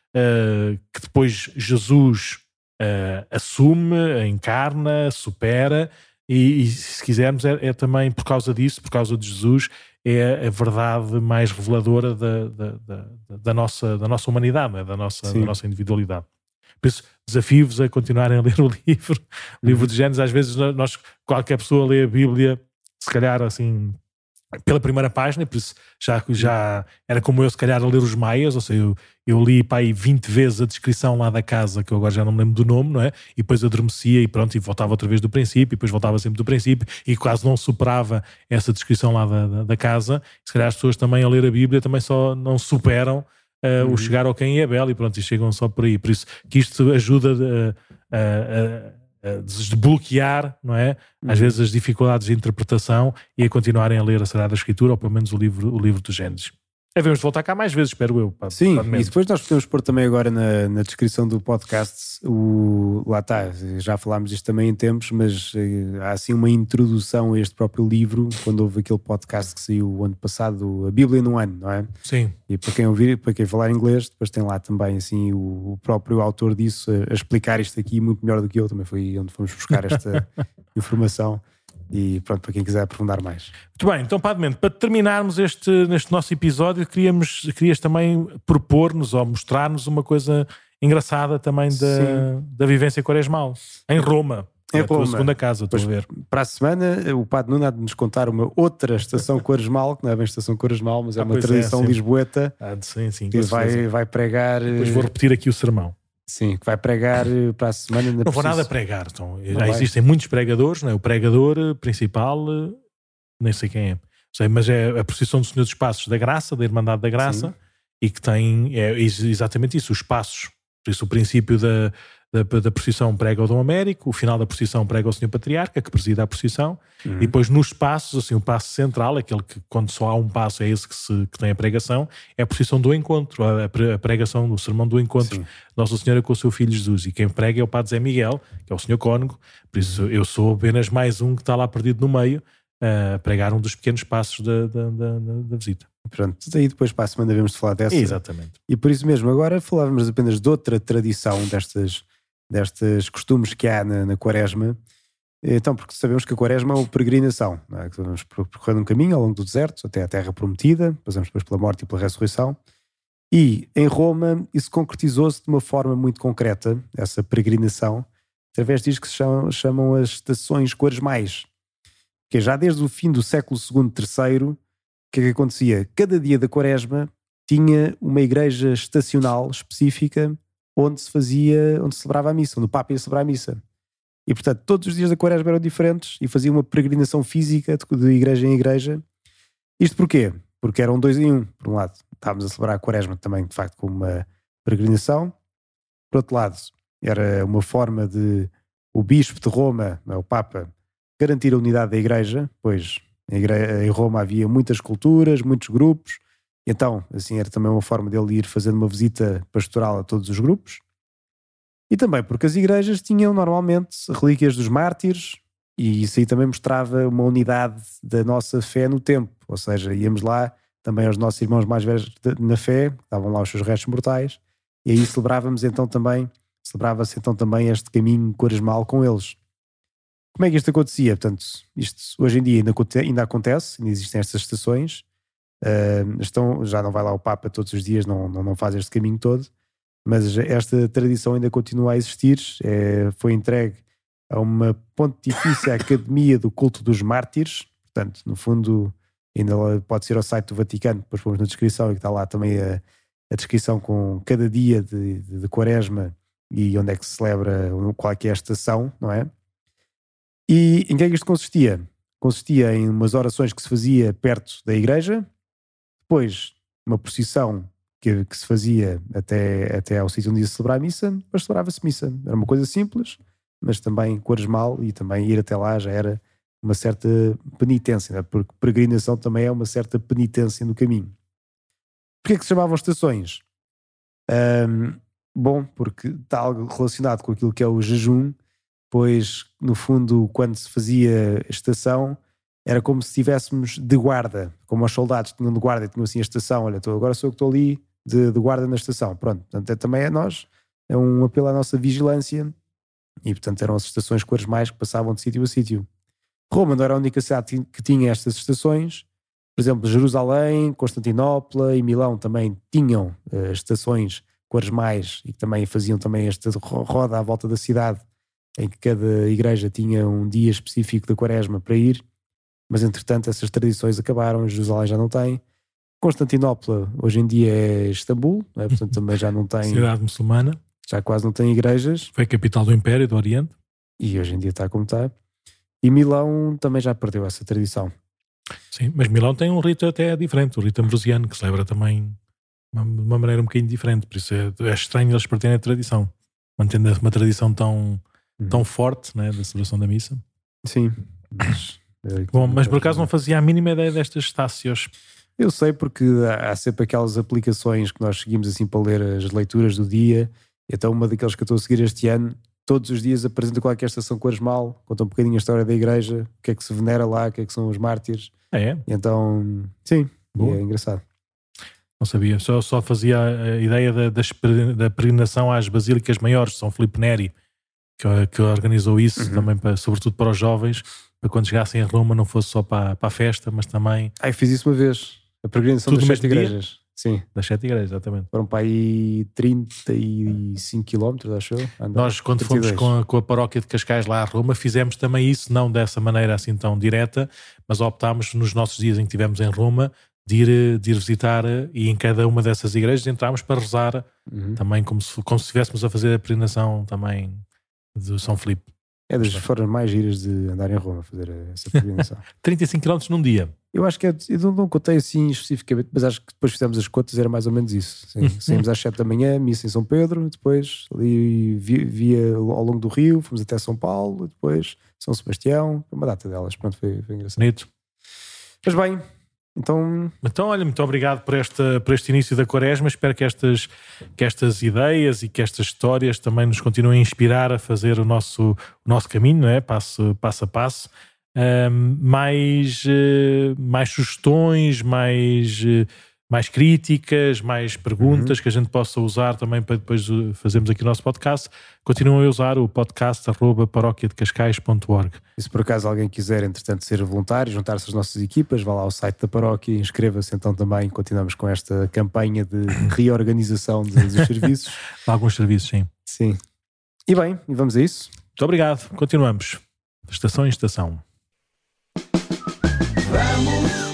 uh, que depois Jesus... Uh, assume, encarna, supera e, e se quisermos é, é também por causa disso, por causa de Jesus, é a verdade mais reveladora da, da, da, da, nossa, da nossa humanidade, né? da, nossa, da nossa individualidade. Por isso, desafio-vos a continuarem a ler o livro, o livro uhum. de Gênesis. Às vezes nós, qualquer pessoa lê a Bíblia, se calhar assim pela primeira página, por isso já, já era como eu se calhar a ler os Maias, ou seja, eu, eu li para aí vinte vezes a descrição lá da casa, que eu agora já não me lembro do nome, não é? E depois adormecia e pronto, e voltava outra vez do princípio, e depois voltava sempre do princípio, e quase não superava essa descrição lá da, da, da casa. Se calhar as pessoas também a ler a Bíblia também só não superam uh, uhum. o chegar ao Caim e Abel, e pronto, e chegam só por aí. Por isso que isto ajuda a... a, a a desbloquear, não é? Às uhum. vezes as dificuldades de interpretação e a continuarem a ler a Sagrada Escritura, ou pelo menos o livro, o livro do Gênesis. Devemos voltar cá mais vezes, espero eu. Para, Sim, para e depois nós podemos pôr também agora na, na descrição do podcast, o, lá está, já falámos disto também em tempos, mas uh, há assim uma introdução a este próprio livro, quando houve aquele podcast que saiu o ano passado, a Bíblia num ano, não é? Sim. E para quem ouvir, para quem falar inglês, depois tem lá também assim o, o próprio autor disso a, a explicar isto aqui muito melhor do que eu, também foi onde fomos buscar esta informação. E pronto, para quem quiser aprofundar mais. Muito bem, então Padre Mendo, para terminarmos este, neste nosso episódio, queríamos, querias também propor-nos ou mostrar-nos uma coisa engraçada também da, da vivência quaresmal, em Roma. Em é Roma. A tua segunda casa, estou a ver. Para a semana, o Padre Nuno há de nos contar uma outra estação quaresmal, que não é bem estação quaresmal, mas é ah, uma tradição é, lisboeta, ah, sim, sim, que vai, vai pregar... Depois vou repetir aqui o sermão. Sim, que vai pregar para a semana. Não vou nada pregar. Então, já vai. Existem muitos pregadores, não é? O pregador principal, nem sei quem é. Sei, mas é a procissão do Senhor dos Passos da Graça, da Irmandade da Graça, sim. E que tem é exatamente isso, os passos. Por isso o princípio da, da, da procissão prega o Dom Américo, o final da procissão prega o Senhor Patriarca, que presida a procissão, uhum. E depois nos passos, assim, o passo central, aquele que quando só há um passo é esse que, se, que tem a pregação, é a procissão do encontro, a, a pregação, o sermão do encontro, sim. Nossa Senhora com o seu Filho Jesus, e quem prega é o Padre Zé Miguel, que é o Senhor Cônego, por isso eu sou apenas mais um que está lá perdido no meio, a pregar um dos pequenos passos da, da, da, da visita. Pronto, daí depois para a semana devemos falar dessa. Exatamente. E por isso mesmo, agora falávamos apenas de outra tradição destas, destas costumes que há na, na Quaresma. Então, porque sabemos que a Quaresma é uma peregrinação, não é? Que vamos percorrer um caminho ao longo do deserto até a Terra Prometida, passamos depois pela morte e pela ressurreição. E em Roma isso concretizou-se de uma forma muito concreta, essa peregrinação, através disso que se chamam, chamam as estações quaresmais, que é já desde o fim do século segundo, terceiro, o que é que acontecia? Cada dia da Quaresma tinha uma igreja estacional específica onde se fazia, onde se celebrava a missa, onde o Papa ia celebrar a missa. E portanto todos os dias da Quaresma eram diferentes e fazia uma peregrinação física de, de igreja em igreja. Isto porquê? Porque eram dois em um. Por um lado, estávamos a celebrar a Quaresma também, de facto, como uma peregrinação. Por outro lado, era uma forma de o Bispo de Roma, o Papa, garantir a unidade da igreja, pois em, igreja, em Roma havia muitas culturas, muitos grupos, então assim era também uma forma dele ir fazendo uma visita pastoral a todos os grupos. E também porque as igrejas tinham normalmente relíquias dos mártires, e isso aí também mostrava uma unidade da nossa fé no tempo, ou seja, íamos lá também aos nossos irmãos mais velhos na fé, estavam lá os seus restos mortais, e aí celebrávamos então também, celebrava-se então também este caminho quaresmal com eles. Como é que isto acontecia? Portanto, isto hoje em dia ainda, ainda acontece, ainda existem estas estações, uh, estão, já não vai lá o Papa todos os dias, não, não, não faz este caminho todo, mas esta tradição ainda continua a existir, é, foi entregue a uma Pontifícia Academia do Culto dos Mártires, portanto, no fundo, ainda pode ser ao site do Vaticano, depois pomos na descrição, e que está lá também a, a descrição com cada dia de, de, de Quaresma e onde é que se celebra, qual é que é a estação, não é? E em que é que isto consistia? Consistia em umas orações que se fazia perto da igreja, depois uma procissão que, que se fazia até, até ao sítio onde ia celebrar a missa, depois celebrava-se missa. Era uma coisa simples, mas também quaresmal, e também ir até lá já era uma certa penitência, né? Porque peregrinação também é uma certa penitência no caminho. Porquê é que se chamavam estações? Um, bom, porque está algo relacionado com aquilo que é o jejum, pois no fundo quando se fazia a estação era como se estivéssemos de guarda, como os soldados tinham de guarda e tinham assim a estação, olha, tô, agora sou eu que estou ali de, de guarda na estação, pronto, portanto é, também é nós, é um apelo à nossa vigilância, e portanto eram as estações quaresmais que passavam de sítio a sítio. Roma não era a única cidade que tinha estas estações, por exemplo Jerusalém, Constantinopla e Milão também tinham uh, estações quaresmais e que também faziam também esta roda à volta da cidade, em que cada igreja tinha um dia específico da Quaresma para ir. mas entretanto essas tradições acabaram, Jerusalém já não tem. Constantinopla hoje em dia é Istambul, não é? Portanto também já não tem... Cidade muçulmana. Já quase não tem igrejas. Foi a capital do Império do Oriente. E hoje em dia está como está. E Milão também já perdeu essa tradição. Sim, mas Milão tem um rito até diferente, o rito ambrosiano, que celebra também de uma, uma maneira um bocadinho diferente. Por isso é, é estranho eles perderem a tradição, mantendo uma tradição tão, hum. tão forte, né, da celebração da missa. Sim. Mas, é, Bom, mas por acaso não fazia a mínima ideia destas estácios. Eu sei porque há sempre aquelas aplicações que nós seguimos assim para ler as leituras do dia. Então uma daquelas que eu estou a seguir este ano, todos os dias apresenta qual é que é a estação quaresmal, conta um bocadinho a história da igreja, o que é que se venera lá, o que é que são os mártires. Ah, é? Então, sim, é engraçado. Não sabia, só, só fazia a ideia da, da, da peregrinação às basílicas maiores de São Filipe Neri, que, que organizou isso uhum. também, para, sobretudo para os jovens, para quando chegassem a Roma não fosse só para, para a festa, mas também... Ah, eu fiz isso uma vez, a peregrinação das sete igrejas. Sim. Das sete igrejas, exatamente. Foram para aí trinta e cinco quilómetros, acho eu. Nós, quando trinta e dois. Fomos com a, com a paróquia de Cascais lá a Roma, fizemos também isso, não dessa maneira assim tão direta, mas optámos nos nossos dias em que estivemos em Roma, de ir, de ir visitar, e em cada uma dessas igrejas entrámos para rezar, uhum. também como se, como se estivéssemos a fazer a peregrinação também de São Filipe. É das formas mais giras de andar em Roma, fazer essa peregrinação. trinta e cinco quilómetros num dia. Eu acho que é, eu não, não contei assim especificamente, mas acho que depois fizemos as contas, era mais ou menos isso. Sim, saímos às sete da manhã, missa em São Pedro, depois ali via, via ao longo do Rio, fomos até São Paulo, depois São Sebastião, uma data delas. Pronto, foi, foi engraçado. Bonito. Mas bem, então... Então, olha, muito obrigado por, esta, por este início da Quaresma. Espero que estas, que estas ideias e que estas histórias também nos continuem a inspirar a fazer o nosso, o nosso caminho, não é? Passo, passo a passo. Um, mais, uh, mais sugestões, mais, uh, mais críticas, mais perguntas uhum. que a gente possa usar também para depois uh, fazermos aqui o nosso podcast. Continuem a usar o podcast arroba paróquia de cascais ponto org. E se por acaso alguém quiser, entretanto, ser voluntário, juntar-se às nossas equipas, vá lá ao site da paróquia e inscreva-se. Então também continuamos com esta campanha de reorganização de, dos serviços. Alguns serviços, sim. Sim. E bem, e vamos a isso. Muito obrigado. Continuamos. Estação em estação. Vamos